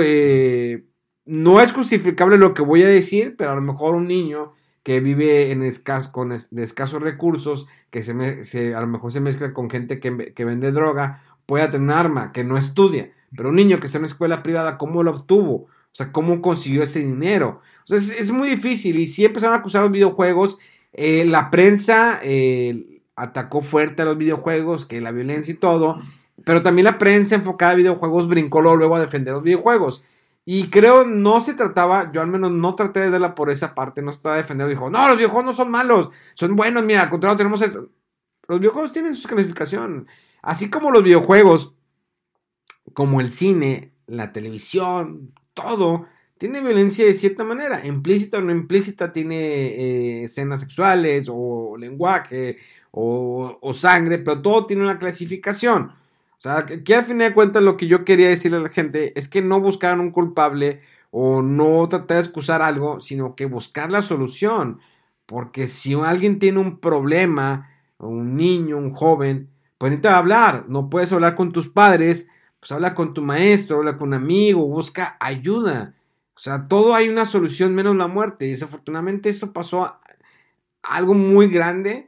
Speaker 4: no es justificable lo que voy a decir, pero a lo mejor un niño que vive de escasos recursos, que a lo mejor se mezcla con gente que vende droga, pueda tener un arma, que no estudia. Pero un niño que está en una escuela privada, ¿cómo lo obtuvo? O sea, ¿cómo consiguió ese dinero? O sea, es muy difícil. Y sí empezaron a acusar a los videojuegos. La prensa atacó fuerte a los videojuegos, que la violencia y todo. Pero también la prensa enfocada a videojuegos brincó luego a defender los videojuegos. Y creo no se trataba, yo al menos no traté de darla por esa parte, no estaba defendiendo, dijo, no, los videojuegos no son malos, son buenos, mira, al contrario, tenemos esto. Los videojuegos tienen su clasificación, así como los videojuegos, como el cine, la televisión, todo, tiene violencia de cierta manera, implícita o no implícita, tiene escenas sexuales, o lenguaje, o sangre, pero todo tiene una clasificación. O sea, que al final de cuentas lo que yo quería decirle a la gente es que no buscaran un culpable o no tratar de excusar algo, sino que buscar la solución. Porque si alguien tiene un problema, un niño, un joven, pues necesita hablar. No puedes hablar con tus padres, pues habla con tu maestro, habla con un amigo, busca ayuda. O sea, todo hay una solución menos la muerte. Y desafortunadamente esto pasó a algo muy grande.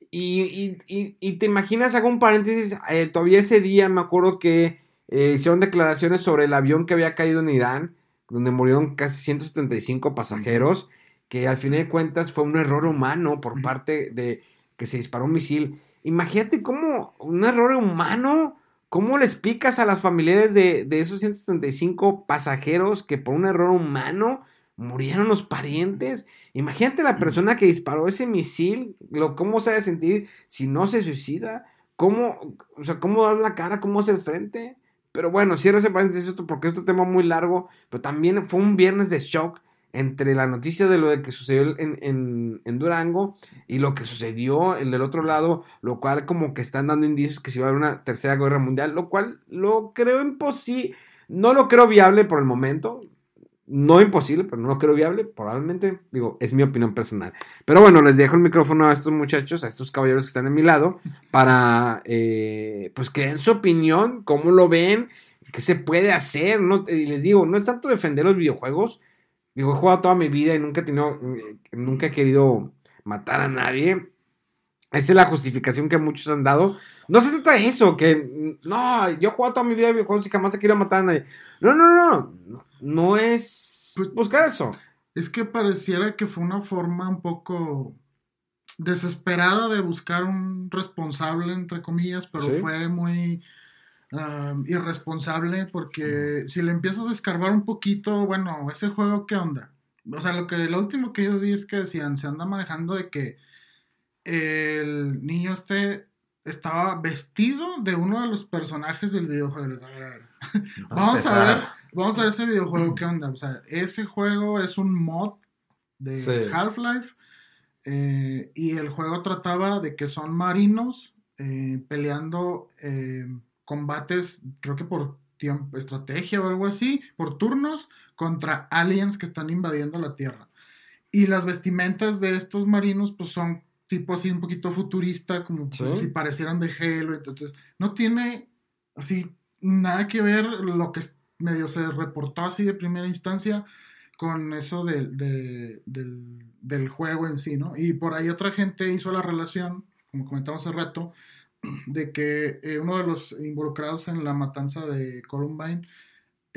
Speaker 4: Y te imaginas, hago un paréntesis, todavía ese día me acuerdo que hicieron declaraciones sobre el avión que había caído en Irán, donde murieron casi 175 pasajeros, que al fin de cuentas fue un error humano por parte de que se disparó un misil. Imagínate cómo un error humano, cómo le explicas a las familiares de esos 175 pasajeros que por un error humano murieron los parientes. Imagínate la persona que disparó ese misil, cómo se debe sentir si no se suicida, cómo da la cara, cómo hace el frente. Pero bueno, cierra ese paréntesis porque es un tema muy largo, pero también fue un viernes de shock entre la noticia de lo de que sucedió en Durango y lo que sucedió el del otro lado, lo cual como que están dando indicios que se va a haber una tercera guerra mundial, lo cual lo creo imposible, no lo creo viable por el momento. No imposible, pero no lo creo viable. Probablemente, digo, es mi opinión personal. Pero bueno, les dejo el micrófono a estos muchachos, a estos caballeros que están a mi lado, para pues que den su opinión, cómo lo ven, qué se puede hacer, ¿no? Y les digo, no es tanto defender los videojuegos. Digo, he jugado toda mi vida y nunca he querido matar a nadie. Esa es la justificación que muchos han dado. No se trata de eso, que no, yo he jugado toda mi vida de videojuegos y jamás he querido matar a nadie. No es buscar eso.
Speaker 5: Es que pareciera que fue una forma un poco desesperada de buscar un responsable, entre comillas, pero ¿sí? Fue muy irresponsable porque si le empiezas a escarbar un poquito, bueno, ese juego, ¿qué onda? O sea, lo último que yo vi es que decían, se anda manejando de que el niño estaba vestido de uno de los personajes del videojuego. A ver. Vamos a ver ese videojuego, ¿qué onda? O sea, ese juego es un mod de Half-Life y el juego trataba de que son marinos peleando combates, creo que por tiempo, estrategia o algo así, por turnos, contra aliens que están invadiendo la Tierra. Y las vestimentas de estos marinos pues son tipo así un poquito futurista, como si parecieran de Halo. Entonces no tiene así nada que ver lo que medio se reportó así de primera instancia con eso del juego en sí, ¿no? Y por ahí otra gente hizo la relación, como comentamos hace rato, de que uno de los involucrados en la matanza de Columbine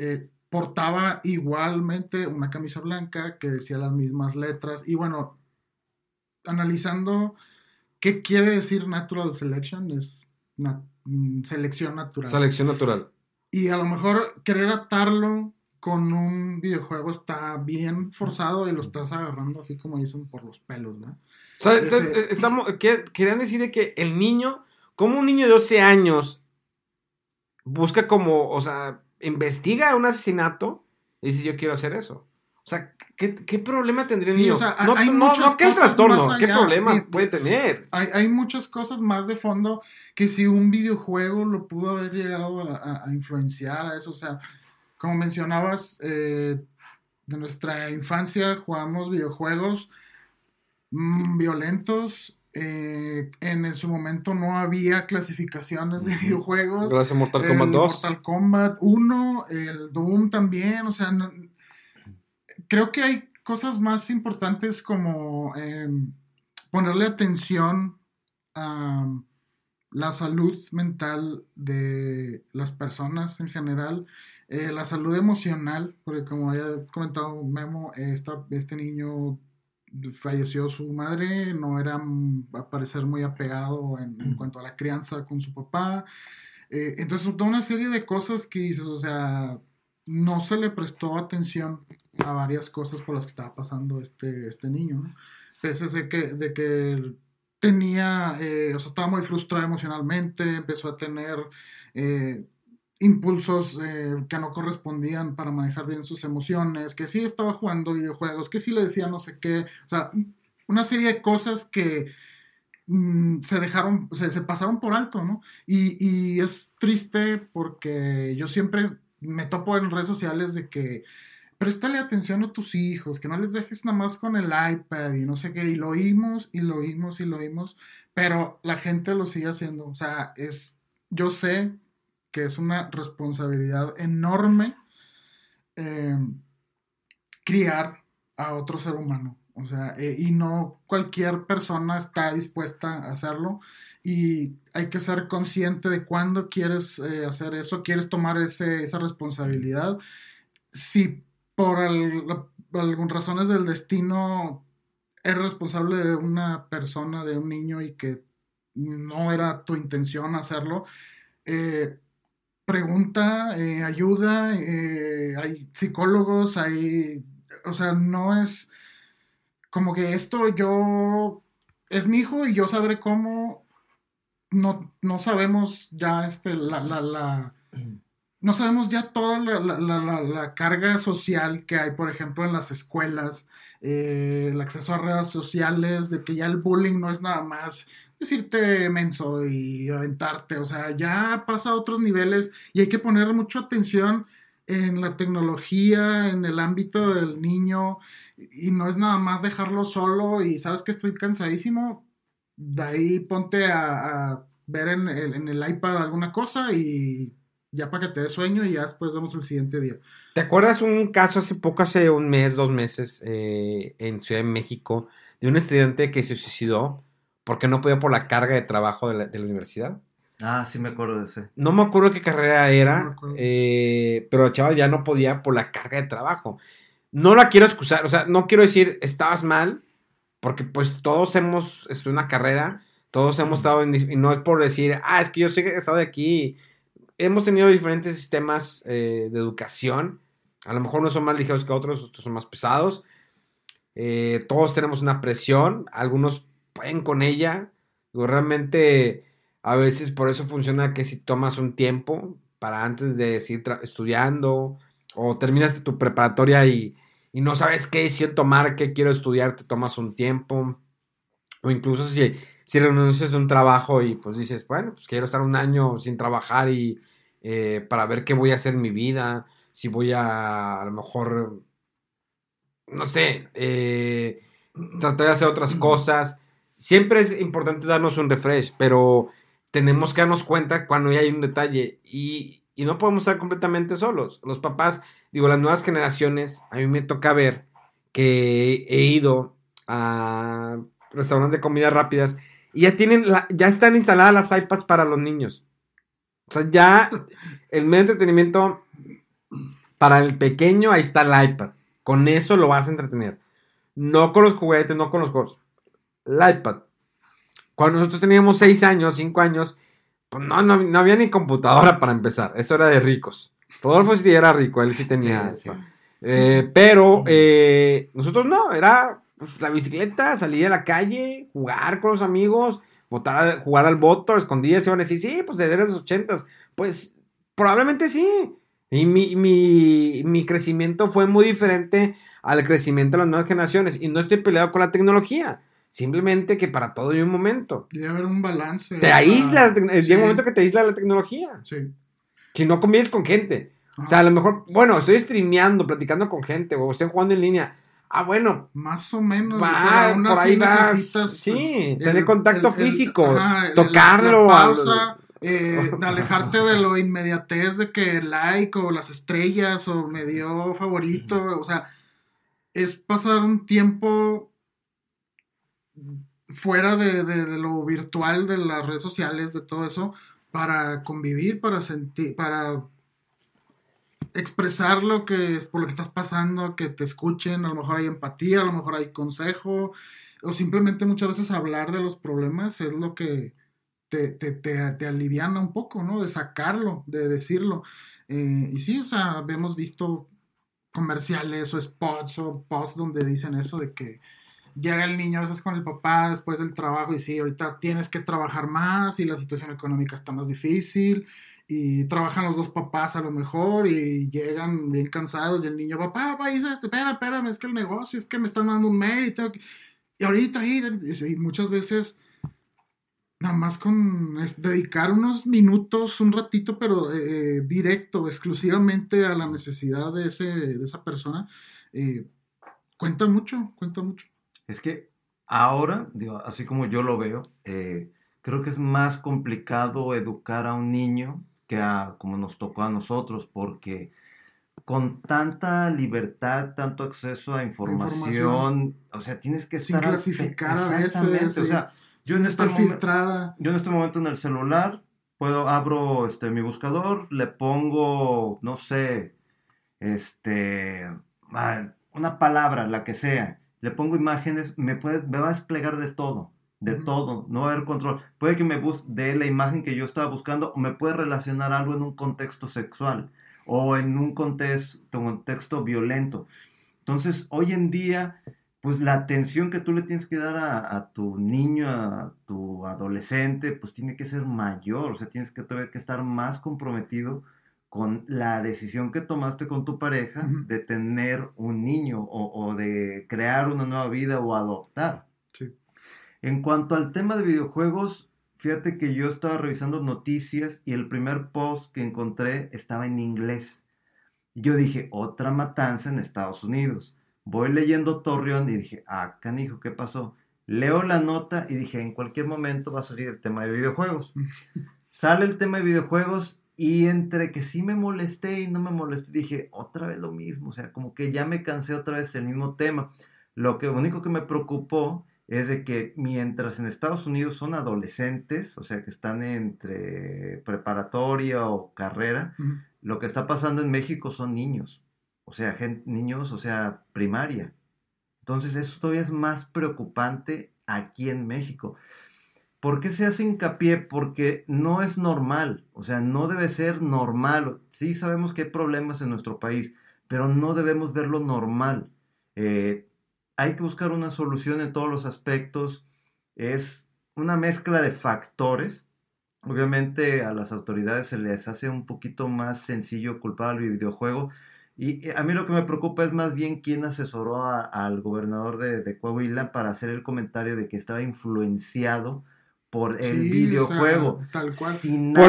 Speaker 5: portaba igualmente una camisa blanca que decía las mismas letras. Y bueno, analizando qué quiere decir natural selection, es selección natural.
Speaker 4: Selección natural.
Speaker 5: Y a lo mejor querer atarlo con un videojuego está bien forzado y lo estás agarrando así como dicen por los pelos, ¿no?
Speaker 4: O sea, querían decir de que el niño, como un niño de 12 años busca como, o sea, investiga un asesinato y dice yo quiero hacer eso. O sea, ¿qué problema tendría el niño?
Speaker 5: O sea,
Speaker 4: no, ¿qué trastorno? ¿Qué problema puede tener?
Speaker 5: Hay muchas cosas más de fondo que si un videojuego lo pudo haber llegado a influenciar a eso. O sea, como mencionabas, de nuestra infancia jugamos videojuegos violentos. En su momento no había clasificaciones de videojuegos.
Speaker 4: Gracias a Mortal Kombat 2.
Speaker 5: Mortal Kombat 1, el Doom también. O sea, creo que hay cosas más importantes como ponerle atención a la salud mental de las personas en general, la salud emocional, porque como había comentado Memo, este niño falleció su madre, no era a parecer muy apegado en cuanto a la crianza con su papá, entonces toda una serie de cosas que dices, o sea, no se le prestó atención a varias cosas por las que estaba pasando este niño, ¿no? Pese de que tenía, o sea, estaba muy frustrado emocionalmente, empezó a tener impulsos que no correspondían para manejar bien sus emociones, que sí estaba jugando videojuegos, que sí le decía no sé qué, o sea, una serie de cosas que se pasaron por alto, ¿no? Y es triste porque yo siempre me topo en redes sociales de que préstale atención a tus hijos, que no les dejes nada más con el iPad y no sé qué, y lo oímos, pero la gente lo sigue haciendo, o sea, yo sé que es una responsabilidad enorme criar a otro ser humano, o sea, y no cualquier persona está dispuesta a hacerlo, y hay que ser consciente de cuándo quieres hacer eso, quieres tomar esa responsabilidad. Si por algunas razones del destino eres responsable de una persona, de un niño, y que no era tu intención hacerlo, pregunta, ayuda, hay psicólogos, o sea, no es como que es mi hijo y yo sabré cómo. No sabemos ya no sabemos ya toda la carga social que hay, por ejemplo, en las escuelas, el acceso a redes sociales, de que ya el bullying no es nada más decirte menso y aventarte, o sea, ya pasa a otros niveles y hay que poner mucha atención en la tecnología, en el ámbito del niño, y no es nada más dejarlo solo y sabes que estoy cansadísimo, de ahí ponte a ver en el iPad alguna cosa y ya para que te dé sueño y ya después vemos el siguiente día.
Speaker 4: ¿Te acuerdas un caso hace un mes, 2 meses, en Ciudad de México, de un estudiante que se suicidó porque no podía por la carga de trabajo de la universidad?
Speaker 3: Ah, sí me acuerdo de ese.
Speaker 4: No me acuerdo qué carrera era, pero el chaval ya no podía por la carga de trabajo. No la quiero excusar, o sea, no quiero decir estabas mal, porque pues todos hemos estudiado una carrera, todos hemos estado y no es por decir, es que yo soy egresado de aquí. Hemos tenido diferentes sistemas de educación, a lo mejor unos son más ligeros que otros son más pesados, todos tenemos una presión, algunos pueden con ella, realmente a veces por eso funciona que si tomas un tiempo para antes de seguir estudiando, o terminas tu preparatoria y no sabes qué decisión tomar, qué quiero estudiar, te tomas un tiempo, o incluso si renuncias de un trabajo y pues dices, bueno, pues quiero estar un año sin trabajar y para ver qué voy a hacer en mi vida, si voy a lo mejor, no sé, tratar de hacer otras cosas. Siempre es importante darnos un refresh, pero tenemos que darnos cuenta cuando ya hay un detalle y no podemos estar completamente solos. Los papás, las nuevas generaciones, a mí me toca ver que he ido a restaurantes de comidas rápidas y ya están instaladas las iPads para los niños. O sea, ya el medio de entretenimiento Para el pequeño, ahí está el iPad. Con eso lo vas a entretener. No con los juguetes, no con los juegos. El iPad. Cuando nosotros teníamos 6 años, 5 años, pues no había ni computadora para empezar. Eso era de ricos. Rodolfo sí era rico, él sí tenía
Speaker 5: Sí,
Speaker 4: eso.
Speaker 5: sí.
Speaker 4: Pero nosotros no, era pues, la bicicleta, salir a la calle, jugar con los amigos, jugar al boto, escondidas, se van a decir, sí, pues desde los 80s. Pues probablemente sí. Y mi crecimiento fue muy diferente al crecimiento de las nuevas generaciones. Y no estoy peleado con la tecnología. Simplemente que para todo hay un momento.
Speaker 5: Debe haber un balance.
Speaker 4: Te aísla, llega
Speaker 5: Sí.
Speaker 4: un momento que te aísla la tecnología.
Speaker 5: Sí.
Speaker 4: Si no convives con gente.
Speaker 5: Ajá.
Speaker 4: O sea, a lo mejor, bueno, estoy streameando, platicando con gente, o estoy jugando en línea. Ah, bueno,
Speaker 5: Más o menos.
Speaker 4: va,
Speaker 5: pero aún
Speaker 4: por
Speaker 5: así
Speaker 4: ahí vas.
Speaker 5: necesitas
Speaker 4: Sí, tener contacto físico,
Speaker 5: ajá,
Speaker 4: tocarlo.
Speaker 5: la pausa, de alejarte de lo inmediatez de que el like o las estrellas o me dio favorito. O sea, es pasar un tiempo fuera de lo virtual, de las redes sociales, de todo eso, para convivir, para sentir, para expresar lo que es por lo que estás pasando, que te escuchen, a lo mejor hay empatía, a lo mejor hay consejo, o simplemente muchas veces hablar de los problemas es lo que te aliviana un poco, ¿no? De sacarlo, de decirlo. Y sí, o sea, hemos visto comerciales o spots o posts donde dicen eso de que llega el niño a veces con el papá después del trabajo y sí, ahorita tienes que trabajar más y la situación económica está más difícil y trabajan los dos papás a lo mejor y llegan bien cansados y el niño, papá, hice esto, espérame, es que el negocio, es que me están dando un mail y ahorita, y muchas veces nada más con dedicar unos minutos, un ratito, pero directo, exclusivamente a la necesidad de esa persona, cuenta mucho.
Speaker 3: Es que ahora, digo, así como yo lo veo, creo que es más complicado educar a un niño que como nos tocó a nosotros, porque con tanta libertad, tanto acceso a información, o sea, tienes que
Speaker 5: sin
Speaker 3: estar
Speaker 5: clasificar a
Speaker 3: exactamente,
Speaker 5: veces,
Speaker 3: o sea, yo en
Speaker 5: estar filtrada.
Speaker 3: Yo en este momento en el celular abro mi buscador, le pongo, no sé, una palabra, la que sea, le pongo imágenes, me va a desplegar de todo, no va a haber control. Puede que me dé la imagen que yo estaba buscando, o me puede relacionar algo en un contexto sexual, o en un contexto violento. Entonces, hoy en día, pues la atención que tú le tienes que dar a tu niño, a tu adolescente, pues tiene que ser mayor, o sea, tienes que todavía que estar más comprometido con la decisión que tomaste con tu pareja de tener un niño o de crear una nueva vida o adoptar.
Speaker 5: Sí.
Speaker 3: En cuanto al tema de videojuegos, fíjate que yo estaba revisando noticias y el primer post que encontré estaba en inglés. Yo dije, otra matanza en Estados Unidos. Voy leyendo Torreón y dije, canijo, ¿qué pasó? Leo la nota y dije, en cualquier momento va a salir el tema de videojuegos. Sale el tema de videojuegos y entre que sí me molesté y no me molesté, dije, otra vez lo mismo. O sea, como que ya me cansé otra vez del mismo tema. Lo único que me preocupó es de que mientras en Estados Unidos son adolescentes, o sea, que están entre preparatoria o carrera, lo que está pasando en México son niños. O sea, niños, o sea, primaria. Entonces eso todavía es más preocupante aquí en México. ¿Por qué se hace hincapié? Porque no es normal, o sea, no debe ser normal. Sí sabemos que hay problemas en nuestro país, pero no debemos verlo normal. Hay que buscar una solución en todos los aspectos. Es una mezcla de factores. Obviamente a las autoridades se les hace un poquito más sencillo culpar al videojuego. Y a mí lo que me preocupa es más bien quién asesoró al gobernador de Coahuila para hacer el comentario de que estaba influenciado por el videojuego.
Speaker 5: O sea, tal cual.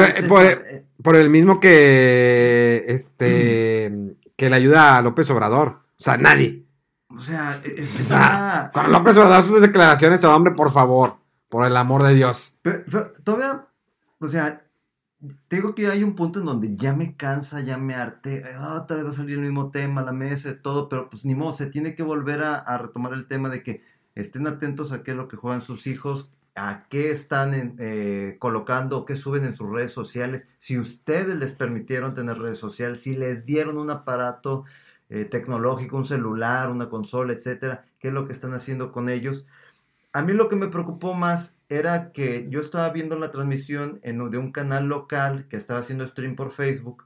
Speaker 4: Por el mismo que que le ayuda a López Obrador. O sea, nadie.
Speaker 3: O sea,
Speaker 4: con López Obrador sus declaraciones, hombre, por favor, por el amor de Dios.
Speaker 3: Pero todavía, o sea, te digo que hay un punto en donde ya me cansa, ya me harté, otra vez va a salir el mismo tema, la mesa, todo, pero pues ni modo, se tiene que volver a retomar el tema de que estén atentos a qué es lo que juegan sus hijos. a qué están colocando, qué suben en sus redes sociales, si ustedes les permitieron tener redes sociales, si les dieron un aparato tecnológico, un celular, una consola, etcétera, qué es lo que están haciendo con ellos. A mí lo que me preocupó más era que yo estaba viendo la transmisión de un canal local que estaba haciendo stream por Facebook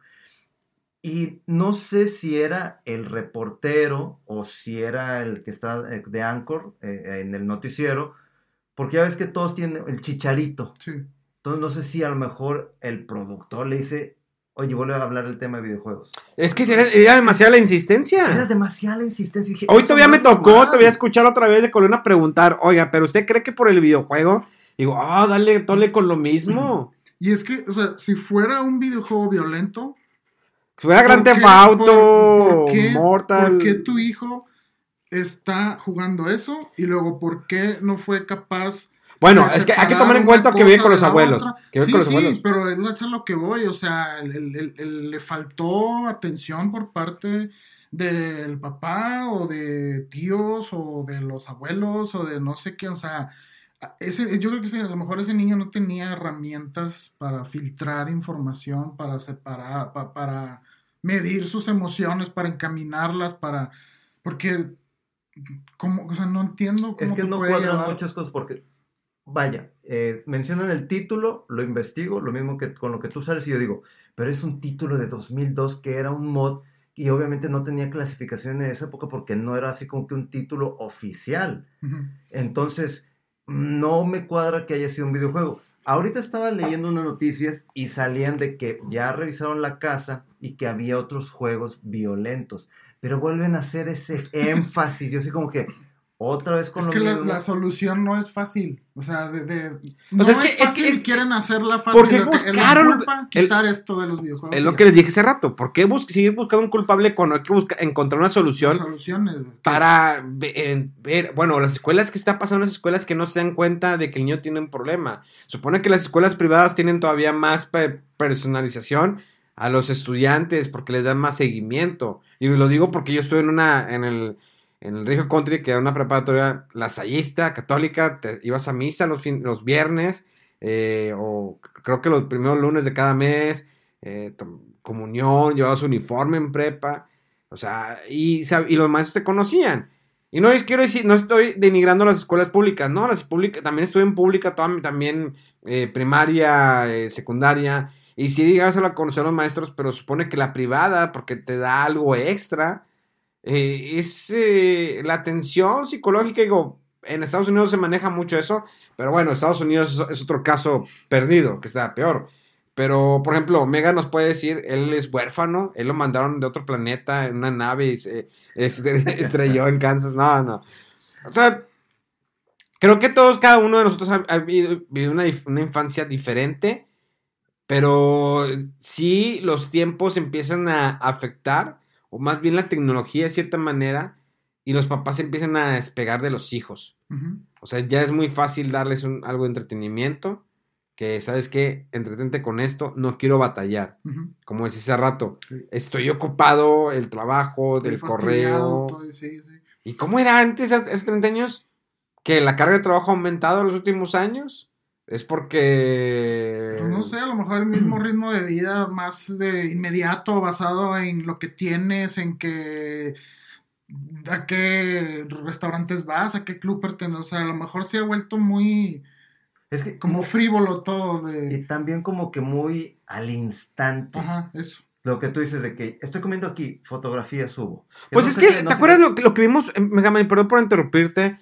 Speaker 3: y no sé si era el reportero o si era el que está de Anchor en el noticiero, porque ya ves que todos tienen el chicharito.
Speaker 5: Sí.
Speaker 3: Entonces no sé si a lo mejor el productor le dice, oye, vuelve a hablar del tema de videojuegos.
Speaker 4: Es que era demasiada la insistencia.
Speaker 3: Era demasiada la insistencia. Dije,
Speaker 4: hoy todavía me tocó,
Speaker 3: igual.
Speaker 4: te voy a escuchar otra vez de Colón a preguntar, oiga, ¿pero usted cree que por el videojuego? Digo, dale con lo mismo.
Speaker 5: Y es que, o sea, si fuera un videojuego violento...
Speaker 4: Si fuera Grand Theft Auto, Mortal...
Speaker 5: ¿Por qué tu hijo está jugando eso? Y luego, ¿por qué no fue capaz...
Speaker 4: Bueno, es que hay que tomar en cuenta que vive con los abuelos.
Speaker 5: Sí, pero eso es a lo que voy. O sea, le faltó atención por parte del papá o de tíos o de los abuelos o de no sé qué. O sea, yo creo que a lo mejor ese niño no tenía herramientas para filtrar información, para separar, para medir sus emociones, para encaminarlas, porque, o sea, no entiendo cómo
Speaker 3: es que
Speaker 5: te
Speaker 3: no
Speaker 5: puede
Speaker 3: cuadran
Speaker 5: llevar.
Speaker 3: muchas cosas porque... Vaya, mencionan el título, lo investigo, lo mismo que con lo que tú sales y yo digo, pero es un título de 2002 que era un mod y obviamente no tenía clasificación en esa época porque no era así como que un título oficial.
Speaker 5: Uh-huh.
Speaker 3: Entonces, no me cuadra que haya sido un videojuego. Ahorita estaba leyendo unas noticias y salían de que ya revisaron la casa y que había otros juegos violentos, pero vuelven a hacer ese énfasis, yo así como que... Otra vez con
Speaker 5: es
Speaker 3: lo
Speaker 5: que
Speaker 3: mismo.
Speaker 5: La solución no es fácil. O sea,
Speaker 4: no es fácil,
Speaker 5: quieren hacerla fácil.
Speaker 4: Porque buscaron
Speaker 5: quitar esto de los videojuegos.
Speaker 4: Es lo que les dije hace rato. ¿Por qué seguir buscando un culpable cuando hay que encontrar una solución? Para ver, bueno, las escuelas que está pasando, las escuelas que no se dan cuenta de que el niño tiene un problema. Supone que las escuelas privadas tienen todavía más personalización a los estudiantes porque les dan más seguimiento. Y lo digo porque yo estoy en el Regio Country, que era una preparatoria lasallista, católica, ibas a misa los viernes, o creo que los primeros lunes de cada mes, comunión, llevabas uniforme en prepa, o sea, y los maestros te conocían. Y no quiero decir, no estoy denigrando las escuelas públicas, no, las públicas, también estuve en pública, también primaria, secundaria, y sí llegas a conocer a los maestros, pero supone que la privada, porque te da algo extra, es la atención psicológica. Digo, en Estados Unidos se maneja mucho eso, pero bueno, Estados Unidos es otro caso perdido, que está peor. Pero, por ejemplo, Omega nos puede decir, él es huérfano, él lo mandaron de otro planeta en una nave y se estrelló en Kansas. No. O sea, creo que cada uno de nosotros ha vivido una infancia diferente, pero sí los tiempos empiezan a afectar, o más bien la tecnología de cierta manera, y los papás empiezan a despegar de los hijos.
Speaker 5: Uh-huh.
Speaker 4: O sea, ya es muy fácil darles algo de entretenimiento, que sabes qué, entretente con esto, no quiero batallar.
Speaker 5: Uh-huh.
Speaker 4: Como decía hace rato,
Speaker 5: sí.
Speaker 4: Estoy ocupado, el trabajo, del correo.
Speaker 5: Sí.
Speaker 4: ¿Y cómo era antes, hace 30 años? ¿Que la carga de trabajo ha aumentado en los últimos años? Es porque...
Speaker 5: Pues no sé, a lo mejor el mismo ritmo de vida más de inmediato, basado en lo que tienes, en que... a qué restaurantes vas, a qué club perteneces. O sea, a lo mejor se ha vuelto muy...
Speaker 3: Es que
Speaker 5: como frívolo todo.
Speaker 3: Y también como que muy al instante.
Speaker 5: Ajá, eso.
Speaker 3: Lo que tú dices de que estoy comiendo aquí, fotografía subo.
Speaker 4: Pues es que, ¿te acuerdas lo que vimos? Megaman, perdón por interrumpirte.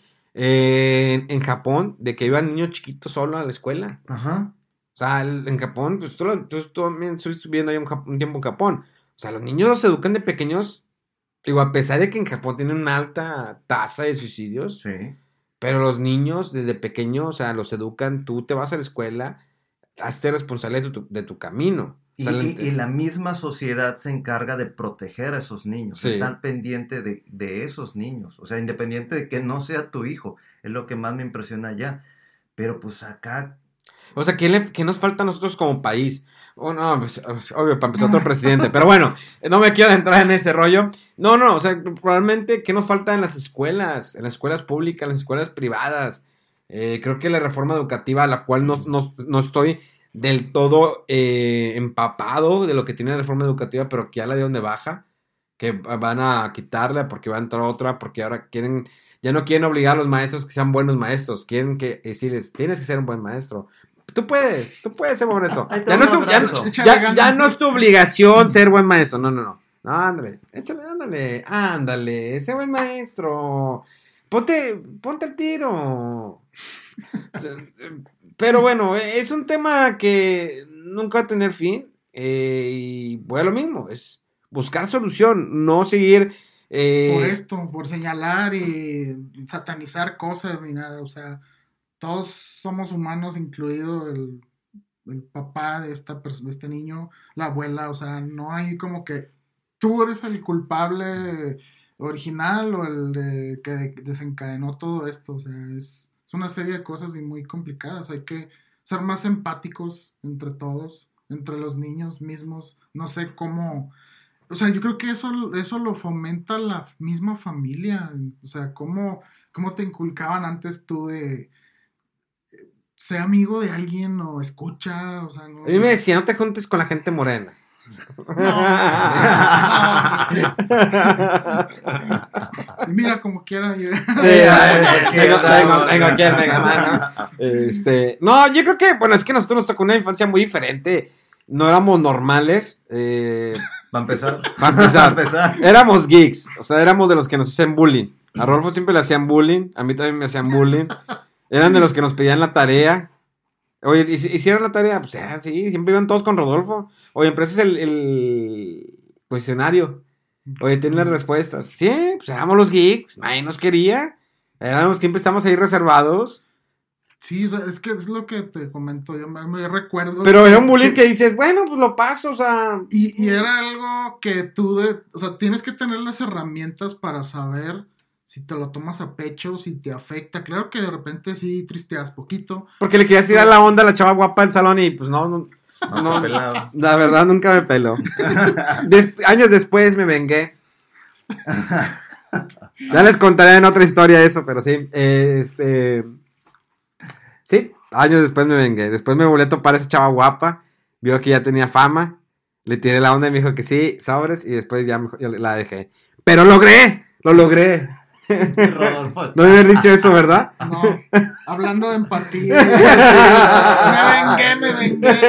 Speaker 4: En Japón, de que iba el niño chiquito solo a la escuela.
Speaker 3: Ajá.
Speaker 4: O sea, en Japón, pues tú también estuviste viviendo ahí un tiempo en Japón. O sea, los niños los educan de pequeños. Digo, a pesar de que en Japón tienen una alta tasa de suicidios.
Speaker 3: Sí.
Speaker 4: Pero los niños desde pequeños, o sea, los educan. Tú te vas a la escuela, hazte responsable de tu camino.
Speaker 3: Y la misma sociedad se encarga de proteger a esos niños.
Speaker 4: Sí.
Speaker 3: Están pendientes de esos niños. O sea, independiente de que no sea tu hijo. Es lo que más me impresiona allá. Pero pues acá...
Speaker 4: O sea, ¿qué nos falta a nosotros como país? Oh, no, pues, obvio, para empezar otro presidente. Pero bueno, no me quiero entrar en ese rollo. No, o sea, probablemente, ¿qué nos falta en las escuelas? En las escuelas públicas, en las escuelas privadas. Creo que la reforma educativa, a la cual no estoy del todo empapado de lo que tiene la reforma educativa, pero que ya la dieron de baja, que van a quitarla porque va a entrar otra, porque ahora ya no quieren obligar a los maestros que sean buenos maestros, quieren decirles, tienes que ser un buen maestro. Tú puedes ser buen maestro. Ya no es tu obligación ser buen maestro. No, ándale, ándale, ese buen maestro. Ponte al tiro. Pero bueno, es un tema que nunca va a tener fin. Y voy a lo mismo, es buscar solución, no seguir...
Speaker 5: por señalar y satanizar cosas ni nada, o sea, todos somos humanos, incluido el papá de este niño, la abuela, o sea, no hay como que tú eres el culpable original o el que desencadenó todo esto, o sea, es una serie de cosas y muy complicadas, hay que ser más empáticos entre todos, entre los niños mismos, no sé cómo... O sea, yo creo que eso lo fomenta la misma familia. O sea, ¿cómo te inculcaban antes tú de ser amigo de alguien o escucha? O sea, no...
Speaker 4: A mí me decía, no te juntes con la gente morena.
Speaker 5: Y mira, como quiera.
Speaker 4: Vengo aquí al Mega Man, ¿no? No, yo creo que, bueno, es que nosotros nos tocó una infancia muy diferente. No éramos normales.
Speaker 3: Va a empezar.
Speaker 4: Éramos geeks, o sea, éramos de los que nos hacían bullying. A Rodolfo siempre le hacían bullying, a mí también me hacían bullying. Eran de los que nos pedían la tarea. Oye, ¿hicieron la tarea? Pues sí, siempre iban todos con Rodolfo. Oye, pero ese es el cuestionario. Oye, tienen las respuestas. Sí, pues éramos los geeks, nadie nos quería. Siempre estamos ahí reservados.
Speaker 5: Sí, o sea, es que es lo que te comento, yo me recuerdo.
Speaker 4: Pero era un bullying que dices, bueno, pues lo paso, o sea.
Speaker 5: Y era algo que tú, o sea, tienes que tener las herramientas para saber si te lo tomas a pecho, si te afecta. Claro que de repente sí tristeas poquito.
Speaker 4: Porque le querías tirar la onda a la chava guapa del salón y pues no, la verdad nunca me peló. Años después me vengué. Ya les contaré en otra historia eso, pero sí, sí, años después me vengué. Después me volví a topar a esa chava guapa. Vio que ya tenía fama. Le tiré la onda y me dijo que sí, sobres. Y después ya la dejé. ¡Pero lo logré!
Speaker 3: Rodolfo.
Speaker 4: No me dicho eso, ¿verdad?
Speaker 5: No, hablando de empatía. Me vengué.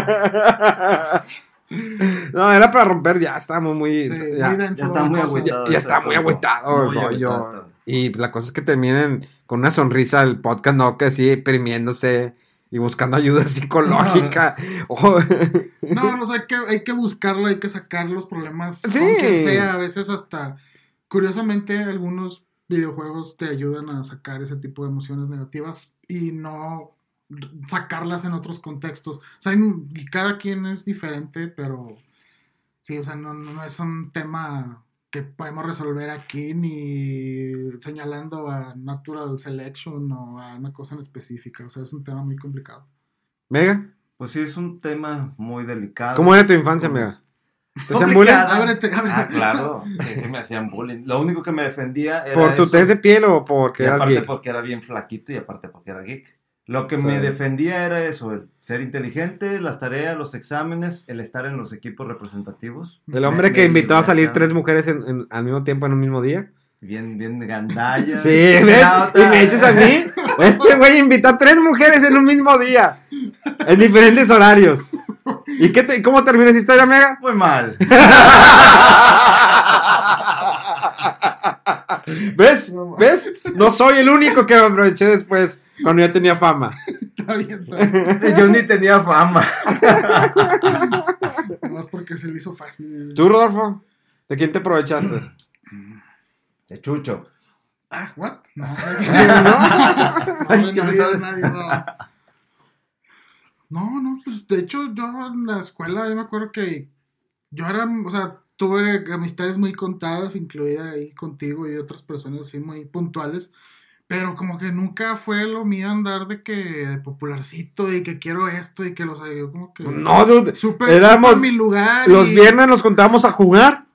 Speaker 4: No, era para romper, ya estábamos muy...
Speaker 5: Sí,
Speaker 4: ya
Speaker 3: está muy agüitado.
Speaker 4: Ya está muy agüitado el rollo. Y la cosa es que terminen con una sonrisa el podcast, no que así deprimiéndose y buscando ayuda psicológica.
Speaker 5: No, o sea, hay que buscarlo, hay que sacar los problemas
Speaker 4: sí.
Speaker 5: Con quien sea. A veces hasta, curiosamente, algunos videojuegos te ayudan a sacar ese tipo de emociones negativas y no sacarlas en otros contextos. O sea, cada quien es diferente, pero sí, o sea, no es un tema que podemos resolver aquí ni señalando a Natural Selection o a una cosa en específica. O sea, es un tema muy complicado.
Speaker 4: ¿Mega?
Speaker 3: Pues sí, es un tema muy delicado.
Speaker 4: ¿Cómo era tu infancia, Mega? ¿Te hacían bullying?
Speaker 5: Ábrete.
Speaker 3: Ah, claro. Sí, me hacían bullying. Lo único que me defendía era
Speaker 4: ¿por tu test de piel o porque eras
Speaker 3: aparte
Speaker 4: geek?
Speaker 3: Porque era bien flaquito y aparte porque era geek. Lo que me defendía era eso, el ser inteligente, las tareas, los exámenes, el estar en los equipos representativos.
Speaker 4: El hombre que invitó a salir 3 mujeres al mismo tiempo en un mismo día.
Speaker 3: Bien gandalla.
Speaker 4: Sí, ¿ves? Y me echas a mí. Este güey invitó a 3 mujeres en un mismo día. En diferentes horarios. ¿Y cómo terminó esa historia, Mega?
Speaker 3: Muy mal.
Speaker 4: ¿Ves? No soy el único que me aproveché después, cuando ya tenía fama.
Speaker 5: Está bien.
Speaker 3: Yo ni tenía fama.
Speaker 5: Más porque se le hizo fácil.
Speaker 4: ¿Tú, Rodolfo? ¿De quién te aprovechaste?
Speaker 3: De Chucho.
Speaker 5: Ah, ¿what? No. No, pues de hecho yo en la escuela, yo me acuerdo que yo era, o sea, tuve amistades muy contadas, incluida ahí contigo y otras personas así muy puntuales, pero como que nunca fue lo mío andar de popularcito y que quiero esto y que lo sabía, yo como que...
Speaker 4: No, dude,
Speaker 5: supe mi lugar.
Speaker 4: Los viernes nos contábamos a jugar.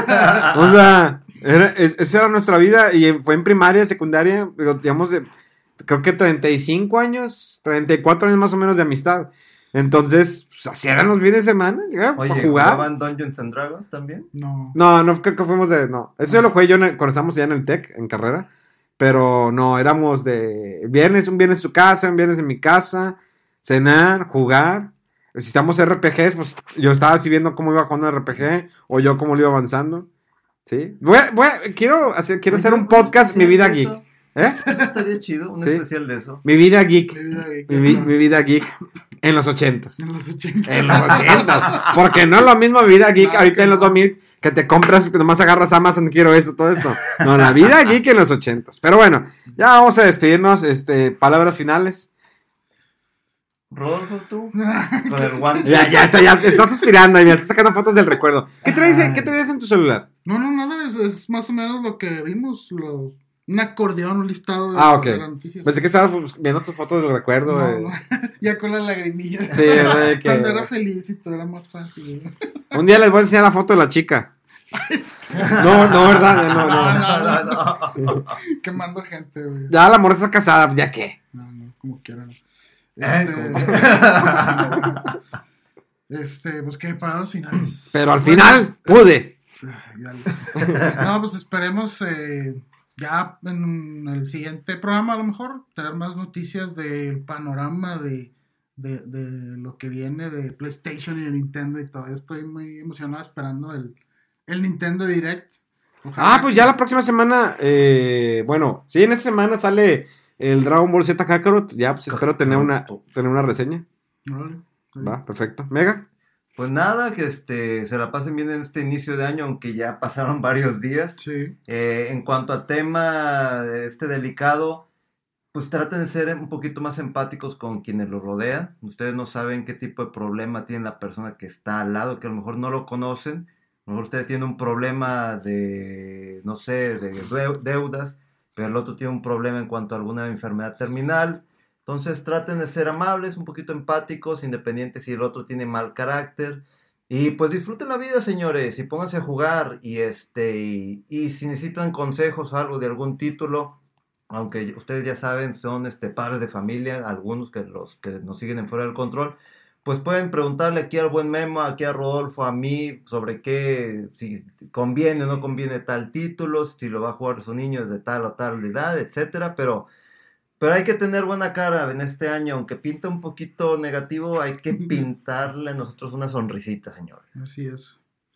Speaker 4: O sea, esa era nuestra vida y fue en primaria, secundaria, pero digamos creo que 35 años, 34 años más o menos de amistad. Entonces, pues, así eran los fines de semana,
Speaker 3: Oye,
Speaker 4: para jugar.
Speaker 3: ¿jugaban Dungeons and Dragons también?
Speaker 5: No.
Speaker 4: No, creo que fuimos de... No, eso ya lo jugué yo cuando estábamos ya en el TEC, en carrera. Pero no, éramos de un viernes en su casa, un viernes en mi casa, cenar, jugar. Si estamos RPGs, pues yo estaba así viendo cómo iba jugando RPG o yo cómo lo iba avanzando. ¿Sí? Quiero hacer un podcast, Mi Vida Geek. ¿Eh?
Speaker 3: Eso estaría chido, un especial de eso.
Speaker 4: Mi Vida Geek.
Speaker 5: Mi vida geek.
Speaker 4: Mi Vida Geek. En los 80s.
Speaker 5: En los 80.
Speaker 4: En los 80s. Porque no es lo mismo Mi Vida Geek ahorita en los 2000 que te compras, que nomás agarras Amazon, quiero esto, todo esto. No, la Vida Geek en los 80s. Pero bueno, ya vamos a despedirnos. Palabras finales.
Speaker 3: Rodolfo, tú, con el guante.
Speaker 4: Ya está suspirando y me está sacando fotos del recuerdo. ¿Qué traes en tu celular?
Speaker 5: No, nada, es más o menos lo que vimos, un acordeón, un listado
Speaker 4: Ok.
Speaker 5: de las noticias.
Speaker 4: Pensé que estabas viendo tus fotos del recuerdo.
Speaker 5: No. Ya con la lagrimilla.
Speaker 4: Sí, de que...
Speaker 5: Cuando era feliz y todo era más fácil.
Speaker 4: Un día les voy a enseñar la foto de la chica. No, ¿verdad? No.
Speaker 5: Quemando gente, güey.
Speaker 4: Ya la morra está casada, ¿ya qué?
Speaker 5: No, como quieran. Pues qué palabras finales.
Speaker 4: Pero al final, pude.
Speaker 5: No, pues esperemos ya en el siguiente programa a lo mejor tener más noticias del panorama de lo que viene de PlayStation y de Nintendo y todo. Estoy muy emocionado esperando el Nintendo Direct. Ojalá
Speaker 4: Pues ya la próxima semana, bueno, sí, en esta semana sale el Dragon Ball Z Kakarot. Ya, pues espero tener una reseña.
Speaker 5: Vale.
Speaker 4: Va, perfecto. Mega.
Speaker 3: Pues nada, que se la pasen bien en este inicio de año, aunque ya pasaron varios días.
Speaker 5: Sí.
Speaker 3: En cuanto a tema delicado, pues traten de ser un poquito más empáticos con quienes lo rodean. Ustedes no saben qué tipo de problema tiene la persona que está al lado, que a lo mejor no lo conocen. A lo mejor ustedes tienen un problema de, no sé, de deudas, pero el otro tiene un problema en cuanto a alguna enfermedad terminal. Entonces traten de ser amables, un poquito empáticos, independientes si el otro tiene mal carácter. Y pues disfruten la vida, señores, y pónganse a jugar. Y si necesitan consejos o algo de algún título, aunque ustedes ya saben, son padres de familia, algunos que nos siguen en Fuera del Control, pues pueden preguntarle aquí al buen Memo, aquí a Rodolfo, a mí, sobre si conviene o no conviene tal título, si lo va a jugar su niño de tal o tal edad, etcétera, pero hay que tener buena cara en este año, aunque pinta un poquito negativo, hay que pintarle a nosotros una sonrisita, señor.
Speaker 5: Así es.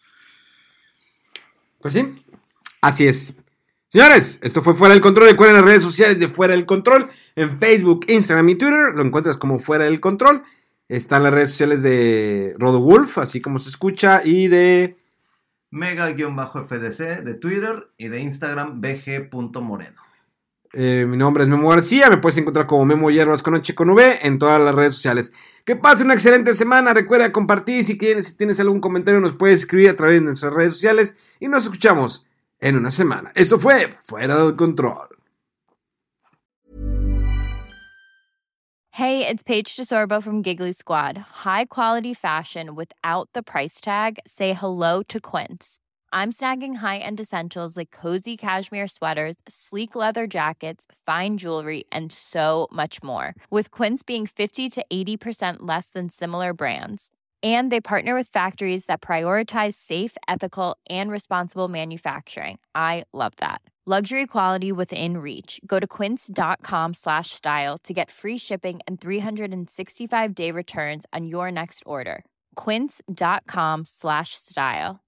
Speaker 4: Pues sí, así es. Señores, esto fue Fuera del Control. Recuerden las redes sociales de Fuera del Control. En Facebook, Instagram y Twitter lo encuentras como Fuera del Control. Están las redes sociales de Rodowulf, así como se escucha, y de
Speaker 3: Mega-FDC de Twitter y de Instagram bg.moreno.
Speaker 4: Mi nombre es Memo García, me puedes encontrar como Memo Hierbas con H con V en todas las redes sociales. Que pase una excelente semana, recuerda compartir, si tienes algún comentario nos puedes escribir a través de nuestras redes sociales y nos escuchamos en una semana. Esto fue Fuera del Control.
Speaker 8: Hey, it's Paige DeSorbo from Giggly Squad. High quality fashion without the price tag. Say hello to Quince. I'm snagging high-end essentials like cozy cashmere sweaters, sleek leather jackets, fine jewelry, and so much more. With Quince being 50 to 80% less than similar brands. And they partner with factories that prioritize safe, ethical, and responsible manufacturing. I love that. Luxury quality within reach. Go to quince.com/style to get free shipping and 365-day returns on your next order. Quince.com/style.